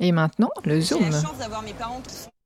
Et maintenant, le Zoom. J'ai la chance d'avoir mes parents qui sont...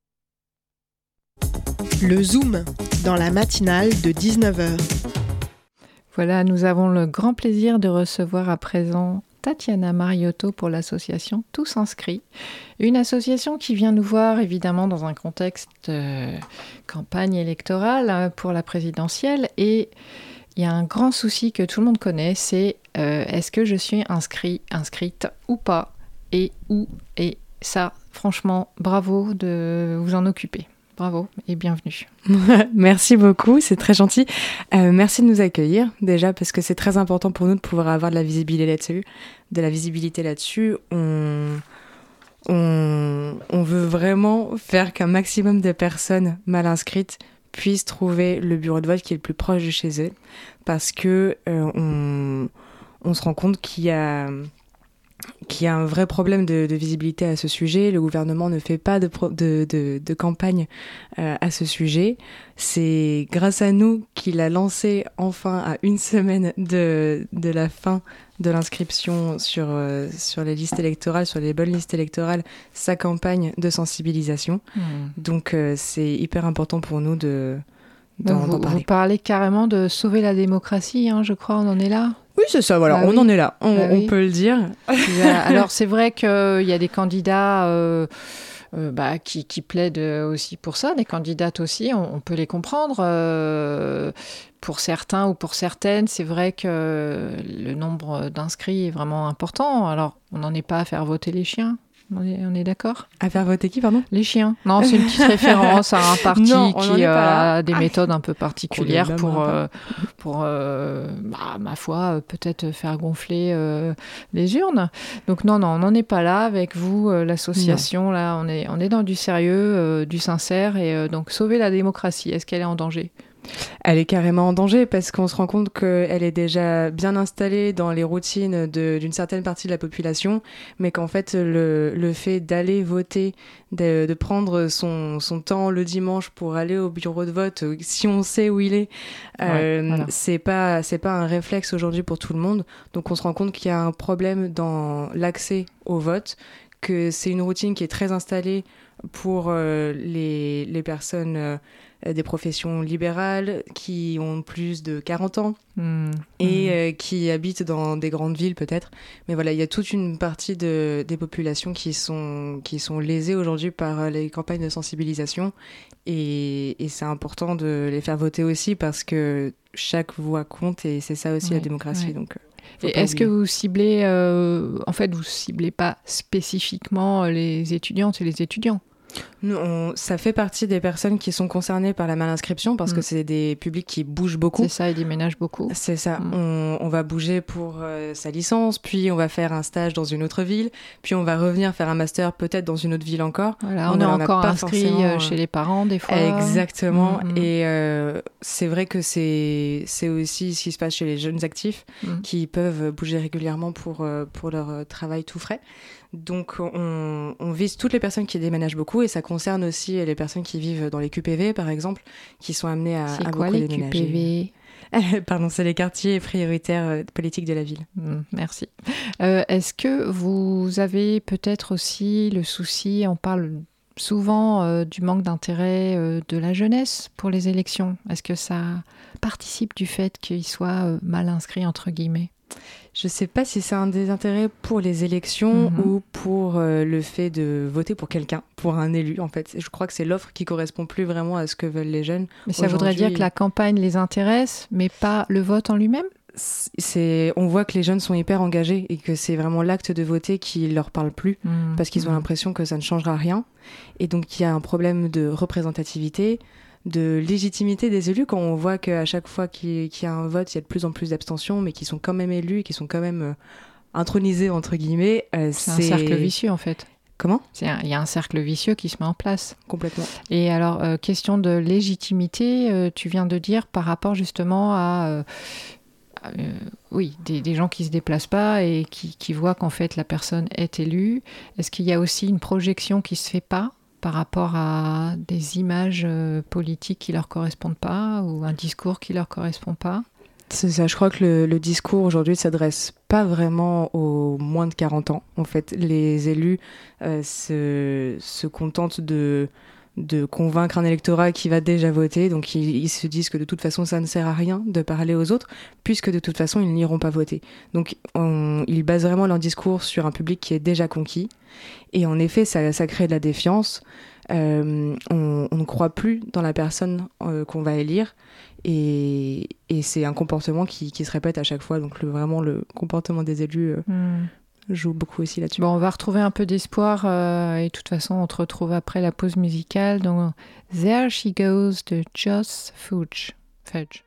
Le Zoom, dans la matinale de dix-neuf heures. Voilà, nous avons le grand plaisir de recevoir à présent Tatiana Mariotto pour l'association Tous Inscrits. Une association qui vient nous voir évidemment dans un contexte de campagne électorale pour la présidentielle. Et il y a un grand souci que tout le monde connaît, c'est euh, est-ce que je suis inscrit, inscrite ou pas, et où. Et ça, franchement, bravo de vous en occuper. Bravo et bienvenue. Merci beaucoup, c'est très gentil. Euh, merci de nous accueillir déjà parce que c'est très important pour nous de pouvoir avoir de la visibilité là-dessus. De la visibilité là-dessus, on, on, on veut vraiment faire qu'un maximum de personnes mal inscrites puissent trouver le bureau de vote qui est le plus proche de chez eux parce que euh, on, on se rend compte qu'il y a qu'il y a un vrai problème de, de visibilité à ce sujet. Le gouvernement ne fait pas de, pro, de, de, de campagne euh, à ce sujet. C'est grâce à nous qu'il a lancé enfin à une semaine de, de la fin de l'inscription sur, euh, sur les listes électorales, sur les bonnes listes électorales, sa campagne de sensibilisation. Mmh. Donc euh, c'est hyper important pour nous de, d'en, vous, d'en parler. Vous parlez carrément de sauver la démocratie, hein, je crois, on en est là. Oui, c'est ça, voilà, bah on oui. en est là, on, bah on oui. peut le dire. Alors, c'est vrai qu'il y a des candidats euh, euh, bah, qui, qui plaident aussi pour ça, des candidates aussi, on, on peut les comprendre. Euh, pour certains ou pour certaines, c'est vrai que le nombre d'inscrits est vraiment important. Alors, on n'en est pas à faire voter les chiens. On est, on est d'accord ? À faire voter qui, pardon ? Les chiens. Non, c'est une petite référence à un parti non, qui euh, a des méthodes un peu particulières pour, euh, pour euh, bah, ma foi, peut-être faire gonfler euh, les urnes. Donc non, non, on n'en est pas là avec vous, euh, l'association. Non. Là, on est, on est dans du sérieux, euh, du sincère. Et euh, donc, sauver la démocratie, est-ce qu'elle est en danger ? Elle est carrément en danger parce qu'on se rend compte qu'elle est déjà bien installée dans les routines de, d'une certaine partie de la population, mais qu'en fait, le, le fait d'aller voter, de, de prendre son, son temps le dimanche pour aller au bureau de vote, si on sait où il est, euh, ouais, voilà. c'est pas, c'est pas un réflexe aujourd'hui pour tout le monde. Donc on se rend compte qu'il y a un problème dans l'accès au vote, que c'est une routine qui est très installée pour euh, les, les personnes... Euh, des professions libérales qui ont plus de quarante ans mmh. et mmh. Euh, qui habitent dans des grandes villes peut-être. Mais voilà, il y a toute une partie de, des populations qui sont, qui sont lésées aujourd'hui par les campagnes de sensibilisation et, et c'est important de les faire voter aussi parce que chaque voix compte et c'est ça aussi ouais, la démocratie. Ouais. Donc, et est-ce oublier. que vous ciblez, euh, en fait, vous ciblez pas spécifiquement les étudiantes et les étudiants ? Nous, on, ça fait partie des personnes qui sont concernées par la malinscription parce mmh. que c'est des publics qui bougent beaucoup. C'est ça, ils déménagent beaucoup. C'est ça. Mmh. On, on va bouger pour euh, sa licence, puis on va faire un stage dans une autre ville, puis on va revenir faire un master peut-être dans une autre ville encore. Voilà, on, on est encore inscrit forcément... chez les parents des fois. Exactement. Mmh. Et euh, c'est vrai que c'est, c'est aussi ce qui se passe chez les jeunes actifs mmh. qui peuvent bouger régulièrement pour, euh, pour leur travail tout frais. Donc on, on vise toutes les personnes qui déménagent beaucoup et ça concerne aussi les personnes qui vivent dans les Q P V par exemple, qui sont amenées à, c'est à quoi, beaucoup les déménager. Q P V Pardon, c'est les quartiers prioritaires euh, politiques de la ville. Mmh, merci. Euh, est-ce que vous avez peut-être aussi le souci, on parle souvent euh, du manque d'intérêt euh, de la jeunesse pour les élections. Est-ce que ça participe du fait qu'ils soient euh, mal inscrits entre guillemets ? Je ne sais pas si c'est un désintérêt pour les élections mmh. ou pour euh, le fait de voter pour quelqu'un, pour un élu en fait. Je crois que c'est l'offre qui correspond plus vraiment à ce que veulent les jeunes. Mais ça voudrait dire que la campagne les intéresse, mais pas le vote en lui-même ? C'est, on voit que les jeunes sont hyper engagés et que c'est vraiment l'acte de voter qui leur parle plus mmh. parce qu'ils ont mmh. l'impression que ça ne changera rien. Et donc il y a un problème de représentativité, de légitimité des élus quand on voit qu'à chaque fois qu'il, qu'il y a un vote, il y a de plus en plus d'abstentions, mais qui sont quand même élus et qui sont quand même euh, intronisés, entre guillemets. Euh, c'est, c'est un cercle vicieux, en fait. Comment ? Il y a un cercle vicieux qui se met en place. Complètement. Et alors, euh, question de légitimité, euh, tu viens de dire par rapport justement à... Euh, Euh, oui, des, des gens qui ne se déplacent pas et qui, qui voient qu'en fait la personne est élue. Est-ce qu'il y a aussi une projection qui ne se fait pas par rapport à des images euh, politiques qui ne leur correspondent pas ou un discours qui ne leur correspond pas ? C'est ça, je crois que le, le discours aujourd'hui ne s'adresse pas vraiment aux moins de quarante ans. En fait, les élus euh, se, se contentent de, de convaincre un électorat qui va déjà voter. Donc, ils, ils se disent que de toute façon, ça ne sert à rien de parler aux autres, puisque de toute façon, ils n'iront pas voter. Donc, on, ils basent vraiment leur discours sur un public qui est déjà conquis. Et en effet, ça, ça crée de la défiance. Euh, on, on ne croit plus dans la personne euh, qu'on va élire. Et, et c'est un comportement qui, qui se répète à chaque fois. Donc, le, vraiment, le comportement des élus euh, mm. joue beaucoup aussi là-dessus. Bon, on va retrouver un peu d'espoir. Euh, et de toute façon, on te retrouve après la pause musicale. Donc, There She Goes de Joss Fudge. Fudge.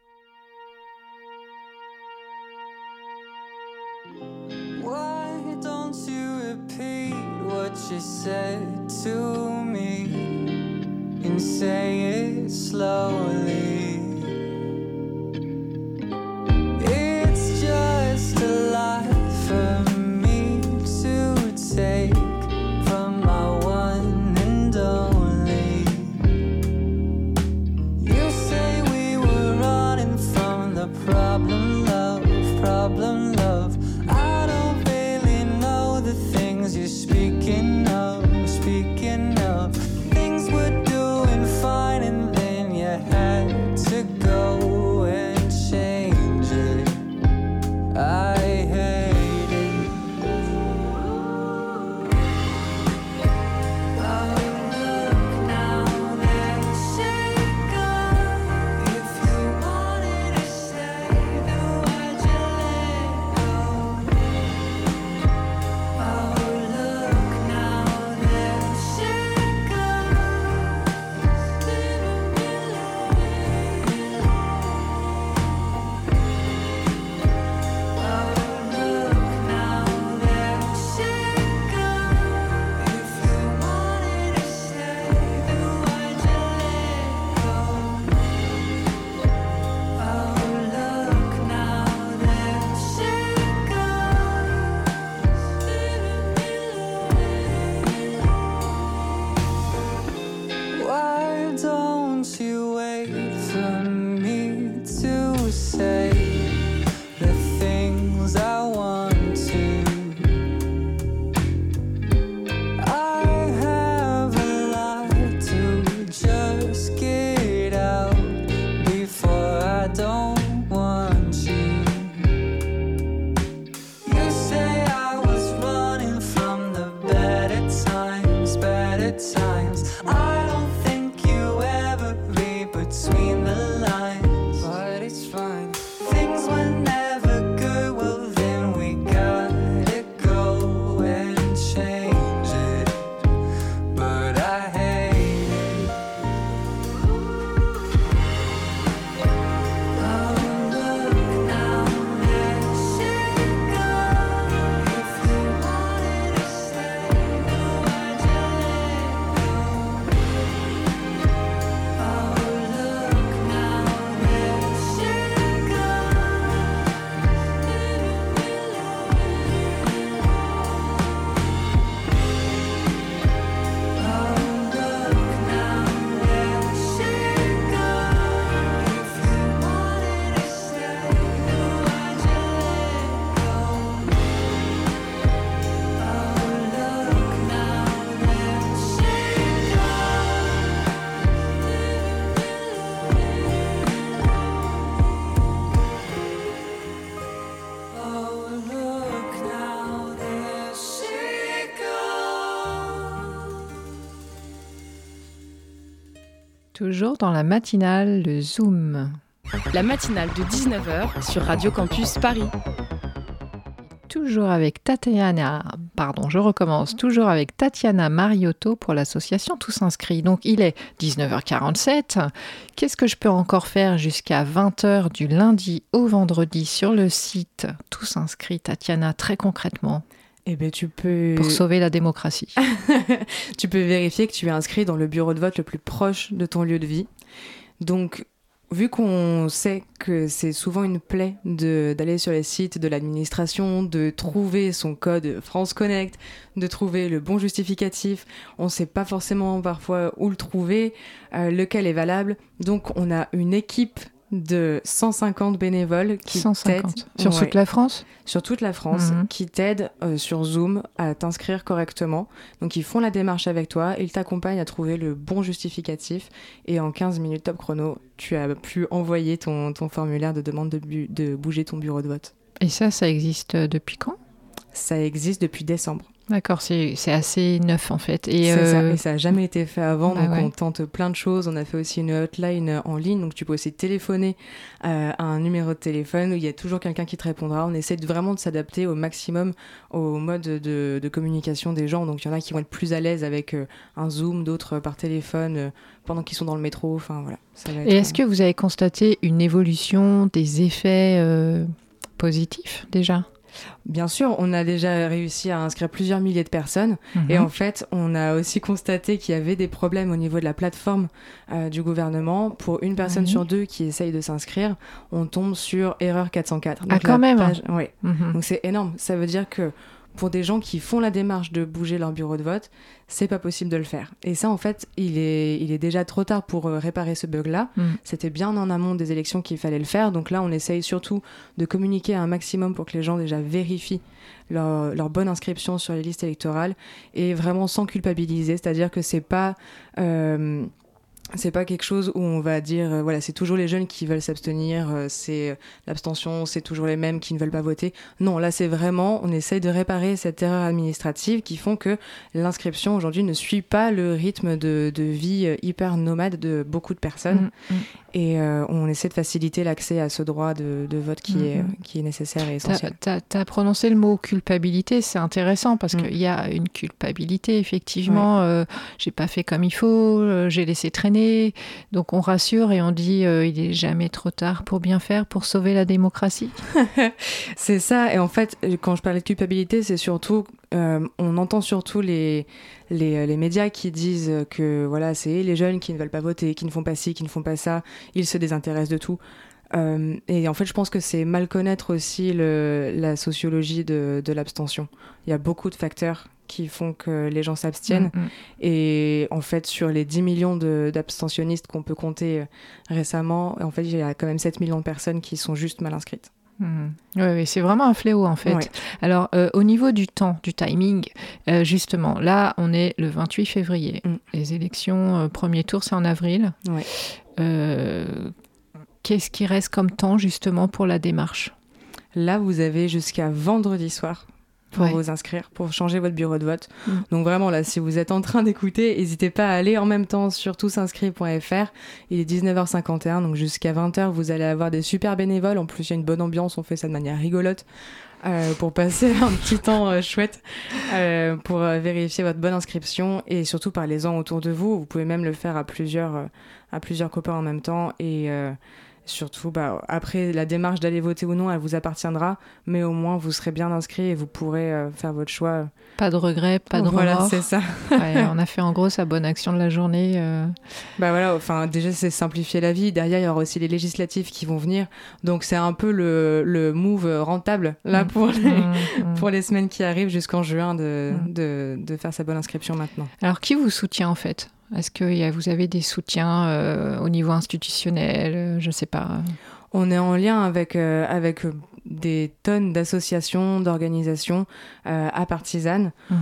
Why don't you repeat what you said to me and say it slowly? It's just a lot for me to take from my one and only. You say we were running from the problem, love, problem, love. I don't really know the things you're speaking of, speaking of. Things were doing fine and then you had to go and change it. I hate it. Oh, look now, there she goes. If you wanted to stay, then why'd you let go? Oh, look now, there she goes. Leaving me lonely. Oh, look now, there she goes. If you wanted to stay, then why'd you let go? Oh, look now, there she goes. Leaving me lonely. Why don't you wait for me to say the things I want to? I have a lot to just get out before I don't want you. You say I was running from the better times, better times. I don't think you ever read between the lines, but it's fine. Things were never good, well then we gotta go and change it. But I hate it. Oh, look now, there she goes. If you wanted to stay, then why'd you let go? Oh, look now, there she goes. Leaving me lonely. Oh, look now, there she goes. If you wanted to stay, then why'd you let go? Oh, look now, there she goes. Oh, look now, there she goes. Toujours dans la matinale, le Zoom. La matinale de dix-neuf heures sur Radio Campus Paris. Toujours avec Tatiana, pardon, je recommence, toujours avec Tatiana Mariotto pour l'association Tous Inscrits. Donc il est dix-neuf heures quarante-sept. Qu'est-ce que je peux encore faire jusqu'à vingt heures du lundi au vendredi sur le site Tous Inscrits, Tatiana, très concrètement, Eh ben, tu peux... pour sauver la démocratie? Tu peux vérifier que tu es inscrit dans le bureau de vote le plus proche de ton lieu de vie. Donc, vu qu'on sait que c'est souvent une plaie de, d'aller sur les sites de l'administration, de trouver son code France Connect, de trouver le bon justificatif, on ne sait pas forcément parfois où le trouver, euh, lequel est valable. Donc on a une équipe de cent cinquante bénévoles qui cent cinquante t'aident sur ouais, toute la France sur toute la France mmh. qui t'aident euh, sur Zoom à t'inscrire correctement. Donc ils font la démarche avec toi, ils t'accompagnent à trouver le bon justificatif et en quinze minutes top chrono, tu as pu envoyer ton, ton formulaire de demande de, bu- de bouger ton bureau de vote. Et ça, ça existe depuis quand ? Ça existe depuis décembre. D'accord, c'est, c'est assez neuf en fait. Et, c'est euh... ça, et ça n'a jamais été fait avant, bah donc ouais. on tente plein de choses. On a fait aussi une hotline en ligne, donc tu peux aussi téléphoner euh, à un numéro de téléphone où il y a toujours quelqu'un qui te répondra. On essaie de, vraiment de s'adapter au maximum au mode de, de communication des gens. Donc il y en a qui vont être plus à l'aise avec euh, un Zoom, d'autres par téléphone euh, pendant qu'ils sont dans le métro. Enfin voilà. Ça va être, et est-ce que vous avez constaté une évolution des effets euh, positifs déjà ? Bien sûr, on a déjà réussi à inscrire plusieurs milliers de personnes mmh. et en fait, on a aussi constaté qu'il y avait des problèmes au niveau de la plateforme euh, du gouvernement. Pour une personne mmh. sur deux qui essaye de s'inscrire, on tombe sur erreur quatre cent quatre. Donc ah, quand même page... Oui, mmh. donc c'est énorme. Ça veut dire que pour des gens qui font la démarche de bouger leur bureau de vote, c'est pas possible de le faire. Et ça, en fait, il est, il est déjà trop tard pour euh, réparer ce bug-là. Mm. C'était bien en amont des élections qu'il fallait le faire. Donc là, on essaye surtout de communiquer un maximum pour que les gens déjà vérifient leur, leur bonne inscription sur les listes électorales et vraiment sans culpabiliser. C'est-à-dire que c'est pas... Euh, c'est pas quelque chose où on va dire, euh, voilà, c'est toujours les jeunes qui veulent s'abstenir, euh, c'est l'abstention, c'est toujours les mêmes qui ne veulent pas voter. Non, là, c'est vraiment, on essaye de réparer cette erreur administrative qui font que l'inscription aujourd'hui ne suit pas le rythme de, de vie hyper nomade de beaucoup de personnes. Mmh, mmh. Et euh, on essaie de faciliter l'accès à ce droit de, de vote qui, mmh. est, qui est nécessaire et essentiel. T'as, t'as, t'as prononcé le mot culpabilité, c'est intéressant parce mmh. qu'il y a une culpabilité, effectivement. Ouais. Euh, j'ai pas fait comme il faut, euh, j'ai laissé traîner. Donc on rassure et on dit euh, il est jamais trop tard pour bien faire, pour sauver la démocratie. C'est ça. Et en fait, quand je parlais de culpabilité, c'est surtout, euh, on entend surtout les... Les, les médias qui disent que voilà, c'est les jeunes qui ne veulent pas voter, qui ne font pas ci, qui ne font pas ça, ils se désintéressent de tout. Euh, et en fait, je pense que c'est mal connaître aussi le, la sociologie de, de l'abstention. Il y a beaucoup de facteurs qui font que les gens s'abstiennent. Mmh, mmh. Et en fait, sur les dix millions de, d'abstentionnistes qu'on peut compter récemment, en fait, il y a quand même sept millions de personnes qui sont juste mal inscrites. Mmh. Oui, oui, c'est vraiment un fléau en fait. Ouais. Alors euh, au niveau du temps, du timing, euh, justement, là on est le vingt-huit février. Mmh. Les élections, euh, premier tour c'est en avril. Ouais. Euh, qu'est-ce qui reste comme temps justement pour la démarche ? Là vous avez jusqu'à vendredi soir pour ouais. vous inscrire, pour changer votre bureau de vote. Mmh. Donc vraiment, là, si vous êtes en train d'écouter, n'hésitez pas à aller en même temps sur tousinscrits point f r. Il est dix-neuf heures cinquante et un, donc jusqu'à vingt heures, vous allez avoir des super bénévoles. En plus, il y a une bonne ambiance, on fait ça de manière rigolote euh, pour passer un petit temps euh, chouette, euh, pour euh, vérifier votre bonne inscription. Et surtout, parlez-en autour de vous. Vous pouvez même le faire à plusieurs, euh, à plusieurs copains en même temps. Et... Euh, Surtout, bah, après, la démarche d'aller voter ou non, elle vous appartiendra, mais au moins, vous serez bien inscrit et vous pourrez euh, faire votre choix. Pas de regrets, pas de voilà, remords. Voilà, c'est ça. Ouais, on a fait en gros sa bonne action de la journée. Euh... Bah voilà, enfin, déjà, c'est simplifier la vie. Derrière, il y aura aussi les législatives qui vont venir. Donc, c'est un peu le, le move rentable, là, mmh. pour, les, mmh. pour les semaines qui arrivent jusqu'en juin, de, mmh. de, de faire sa bonne inscription maintenant. Alors, qui vous soutient, en fait ? Est-ce que vous avez des soutiens euh, au niveau institutionnel euh, Je ne sais pas. On est en lien avec, euh, avec des tonnes d'associations, d'organisations euh, apartisanes. Mm-hmm.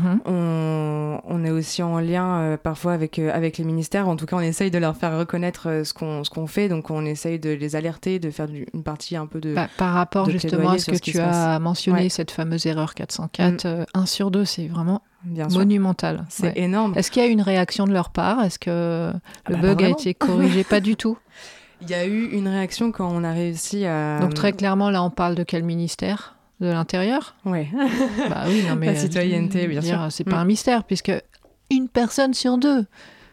On, on est aussi en lien euh, parfois avec, euh, avec les ministères. En tout cas, on essaye de leur faire reconnaître euh, ce, qu'on, ce qu'on fait. Donc, on essaye de les alerter, de faire du, une partie un peu de... Bah, par rapport justement à ce que ce tu as mentionné, ouais. cette fameuse erreur quatre cent quatre, mm. euh, un sur deux, c'est vraiment... Bien monumental. Sûr. C'est ouais. énorme. Est-ce qu'il y a eu une réaction de leur part ? Est-ce que le bah, bug a été corrigé ? Pas du tout. Il y a eu une réaction quand on a réussi à... Donc très clairement, là, on parle de quel ministère ? De l'Intérieur ? Oui. Bah oui, non mais... La citoyenneté, bien dire, sûr. C'est mm. pas un mystère, puisque une personne sur deux...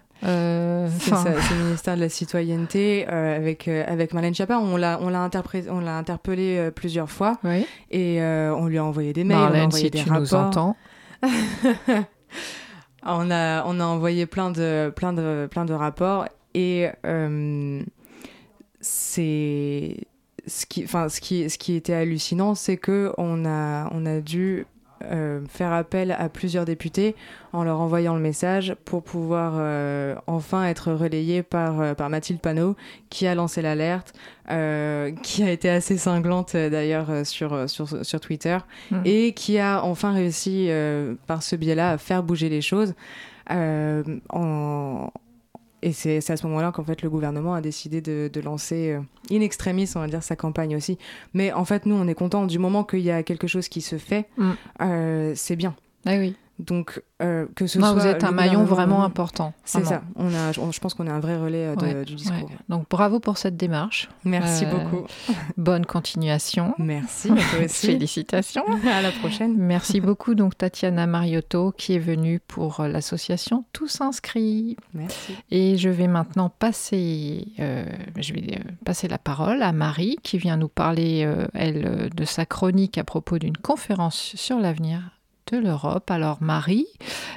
Euh, c'est ça, c'est le ministère de la citoyenneté euh, avec euh, avec Marlène Schiappa. On l'a on l'a interpré- on l'a interpellé euh, plusieurs fois oui. et euh, on lui a envoyé des mails, Marlène, on a envoyé si des tu rapports. nous entends. on a on a envoyé plein de plein de plein de rapports et euh, c'est ce qui enfin ce qui ce qui était hallucinant, c'est que on a on a dû euh, faire appel à plusieurs députés en leur envoyant le message pour pouvoir euh, enfin être relayé par, euh, par Mathilde Panot, qui a lancé l'alerte, euh, qui a été assez cinglante euh, d'ailleurs euh, sur, sur, sur Twitter, mmh. et qui a enfin réussi euh, par ce biais-là à faire bouger les choses. Euh, en... Et c'est, c'est à ce moment-là qu'en fait le gouvernement a décidé de, de lancer euh, in extremis, on va dire, sa campagne aussi. Mais en fait, nous, on est contents du moment qu'il y a quelque chose qui se fait, mm. euh, c'est bien. Ah oui. Donc, euh, que ce non, soit... Vous êtes un maillon vraiment important. C'est vraiment. ça. On a, on, je pense qu'on est un vrai relais de, ouais, du discours. Ouais. Donc, bravo pour cette démarche. Merci euh, beaucoup. Bonne continuation. Merci, à toi aussi. Félicitations. À la prochaine. Merci beaucoup, donc, Tatiana Mariotto, qui est venue pour l'association Tous Inscrits. Merci. Et je vais maintenant passer, euh, je vais passer la parole à Marie, qui vient nous parler, euh, elle, de sa chronique à propos d'une conférence sur l'avenir de l'Europe. Alors Marie,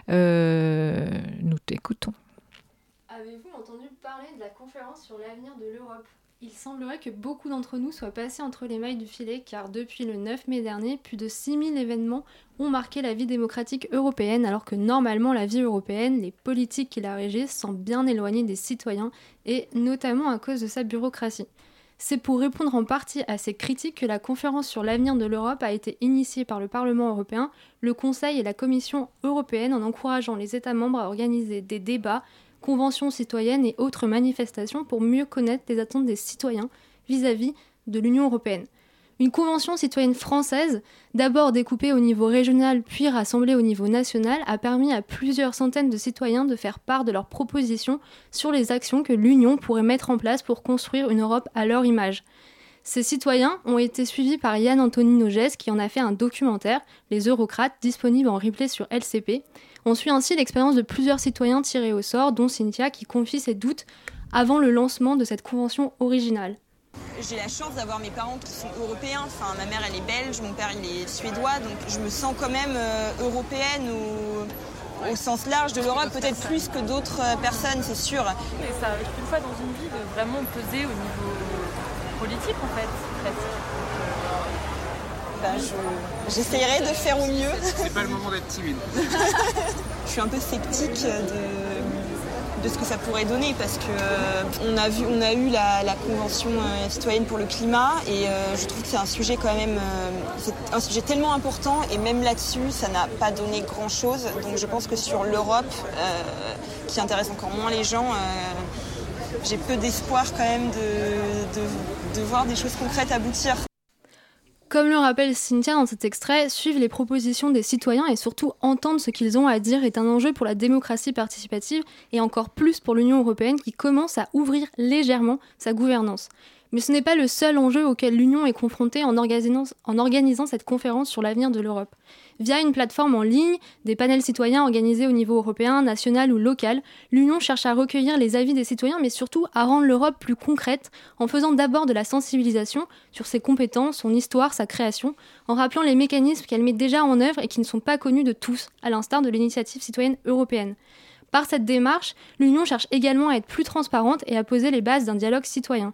euh, nous t'écoutons. Avez-vous entendu parler de la conférence sur l'avenir de l'Europe ? Il semblerait que beaucoup d'entre nous soient passés entre les mailles du filet, car depuis le neuf mai dernier, plus de six mille événements ont marqué la vie démocratique européenne, alors que normalement la vie européenne, les politiques qui la régissent, sont bien éloignées des citoyens, et notamment à cause de sa bureaucratie. C'est pour répondre en partie à ces critiques que la conférence sur l'avenir de l'Europe a été initiée par le Parlement européen, le Conseil et la Commission européenne en encourageant les États membres à organiser des débats, conventions citoyennes et autres manifestations pour mieux connaître les attentes des citoyens vis-à-vis de l'Union européenne. Une convention citoyenne française, d'abord découpée au niveau régional puis rassemblée au niveau national, a permis à plusieurs centaines de citoyens de faire part de leurs propositions sur les actions que l'Union pourrait mettre en place pour construire une Europe à leur image. Ces citoyens ont été suivis par Yann Anthony Nogès qui en a fait un documentaire, Les Eurocrates, disponible en replay sur L C P. On suit ainsi l'expérience de plusieurs citoyens tirés au sort, dont Cynthia qui confie ses doutes avant le lancement de cette convention originale. J'ai la chance d'avoir mes parents qui sont européens, enfin ma mère elle est belge, mon père il est suédois, donc je me sens quand même euh, européenne au, au sens large de l'Europe, peut-être plus que d'autres euh, personnes, c'est sûr. Mais ça arrive une fois dans une vie de vraiment peser au niveau politique en fait, presque. Ben, je, j'essayerai de faire au mieux. C'est pas le moment d'être timide. Je suis un peu sceptique de... de ce que ça pourrait donner parce que euh, on a vu, on a eu la, la convention euh, citoyenne pour le climat et euh, je trouve que c'est un sujet quand même, euh, c'est un sujet tellement important et même là-dessus ça n'a pas donné grand-chose. Donc je pense que sur l'Europe, euh, qui intéresse encore moins les gens, euh, j'ai peu d'espoir quand même de, de, de voir des choses concrètes aboutir. Comme le rappelle Cynthia dans cet extrait, suivre les propositions des citoyens et surtout entendre ce qu'ils ont à dire est un enjeu pour la démocratie participative et encore plus pour l'Union européenne qui commence à ouvrir légèrement sa gouvernance. Mais ce n'est pas le seul enjeu auquel l'Union est confrontée en organisant, en organisant cette conférence sur l'avenir de l'Europe. Via une plateforme en ligne, des panels citoyens organisés au niveau européen, national ou local, l'Union cherche à recueillir les avis des citoyens, mais surtout à rendre l'Europe plus concrète, en faisant d'abord de la sensibilisation sur ses compétences, son histoire, sa création, en rappelant les mécanismes qu'elle met déjà en œuvre et qui ne sont pas connus de tous, à l'instar de l'initiative citoyenne européenne. Par cette démarche, l'Union cherche également à être plus transparente et à poser les bases d'un dialogue citoyen.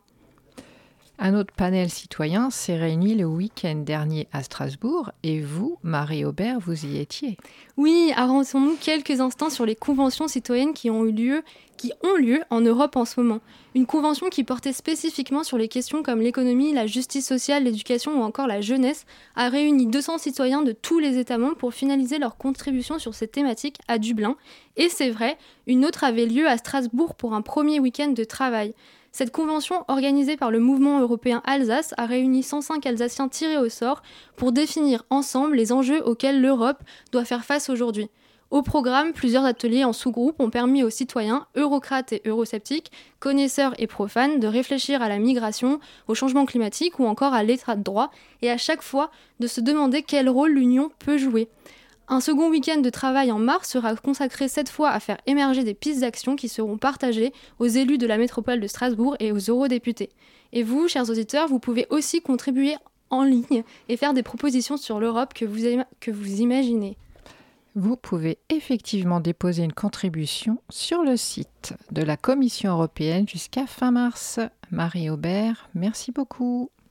Un autre panel citoyen s'est réuni le week-end dernier à Strasbourg et vous, Marie Aubert, vous y étiez. Oui, arrêtons-nous quelques instants sur les conventions citoyennes qui ont eu lieu, qui ont lieu en Europe en ce moment. Une convention qui portait spécifiquement sur les questions comme l'économie, la justice sociale, l'éducation ou encore la jeunesse a réuni deux cents citoyens de tous les États membres pour finaliser leur contribution sur ces thématiques à Dublin. Et c'est vrai, une autre avait lieu à Strasbourg pour un premier week-end de travail. Cette convention, organisée par le mouvement européen Alsace, a réuni cent cinq Alsaciens tirés au sort pour définir ensemble les enjeux auxquels l'Europe doit faire face aujourd'hui. Au programme, plusieurs ateliers en sous-groupes ont permis aux citoyens, eurocrates et eurosceptiques, connaisseurs et profanes, de réfléchir à la migration, au changement climatique ou encore à l'état de droit, et à chaque fois de se demander quel rôle l'Union peut jouer. Un second week-end de travail en mars sera consacré cette fois à faire émerger des pistes d'action qui seront partagées aux élus de la métropole de Strasbourg et aux eurodéputés. Et vous, chers auditeurs, vous pouvez aussi contribuer en ligne et faire des propositions sur l'Europe que vous, im- que vous imaginez. Vous pouvez effectivement déposer une contribution sur le site de la Commission européenne jusqu'à fin mars. Marie Aubert, merci beaucoup.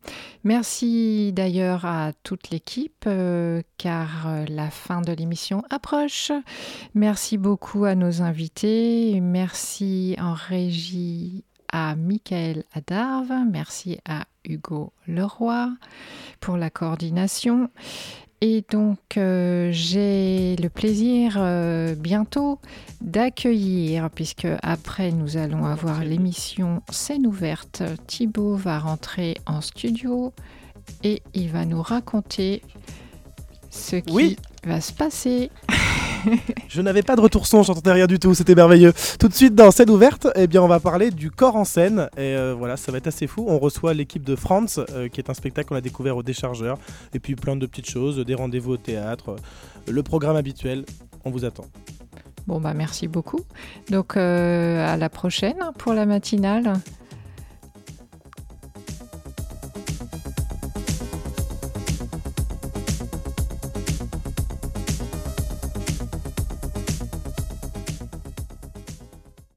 Merci d'ailleurs à toute l'équipe euh, car euh, la fin de l'émission approche. Merci beaucoup à nos invités. Merci en régie à Michael Adarve. Merci à Hugo Leroy pour la coordination. Et donc, euh, j'ai le plaisir euh, bientôt d'accueillir, puisque après nous allons avoir l'émission Scène ouverte. Thibaut va rentrer en studio et il va nous raconter ce qui oui. va se passer. Je n'avais pas de retour son, j'entendais rien du tout, c'était merveilleux. Tout de suite dans Scène ouverte, eh bien on va parler du corps en scène. Et euh, voilà, ça va être assez fou. On reçoit l'équipe de Franz, euh, qui est un spectacle qu'on a découvert au Déchargeur. Et puis plein de petites choses, des rendez-vous au théâtre, euh, le programme habituel. On vous attend. Bon bah merci beaucoup. Donc euh, à la prochaine pour la matinale.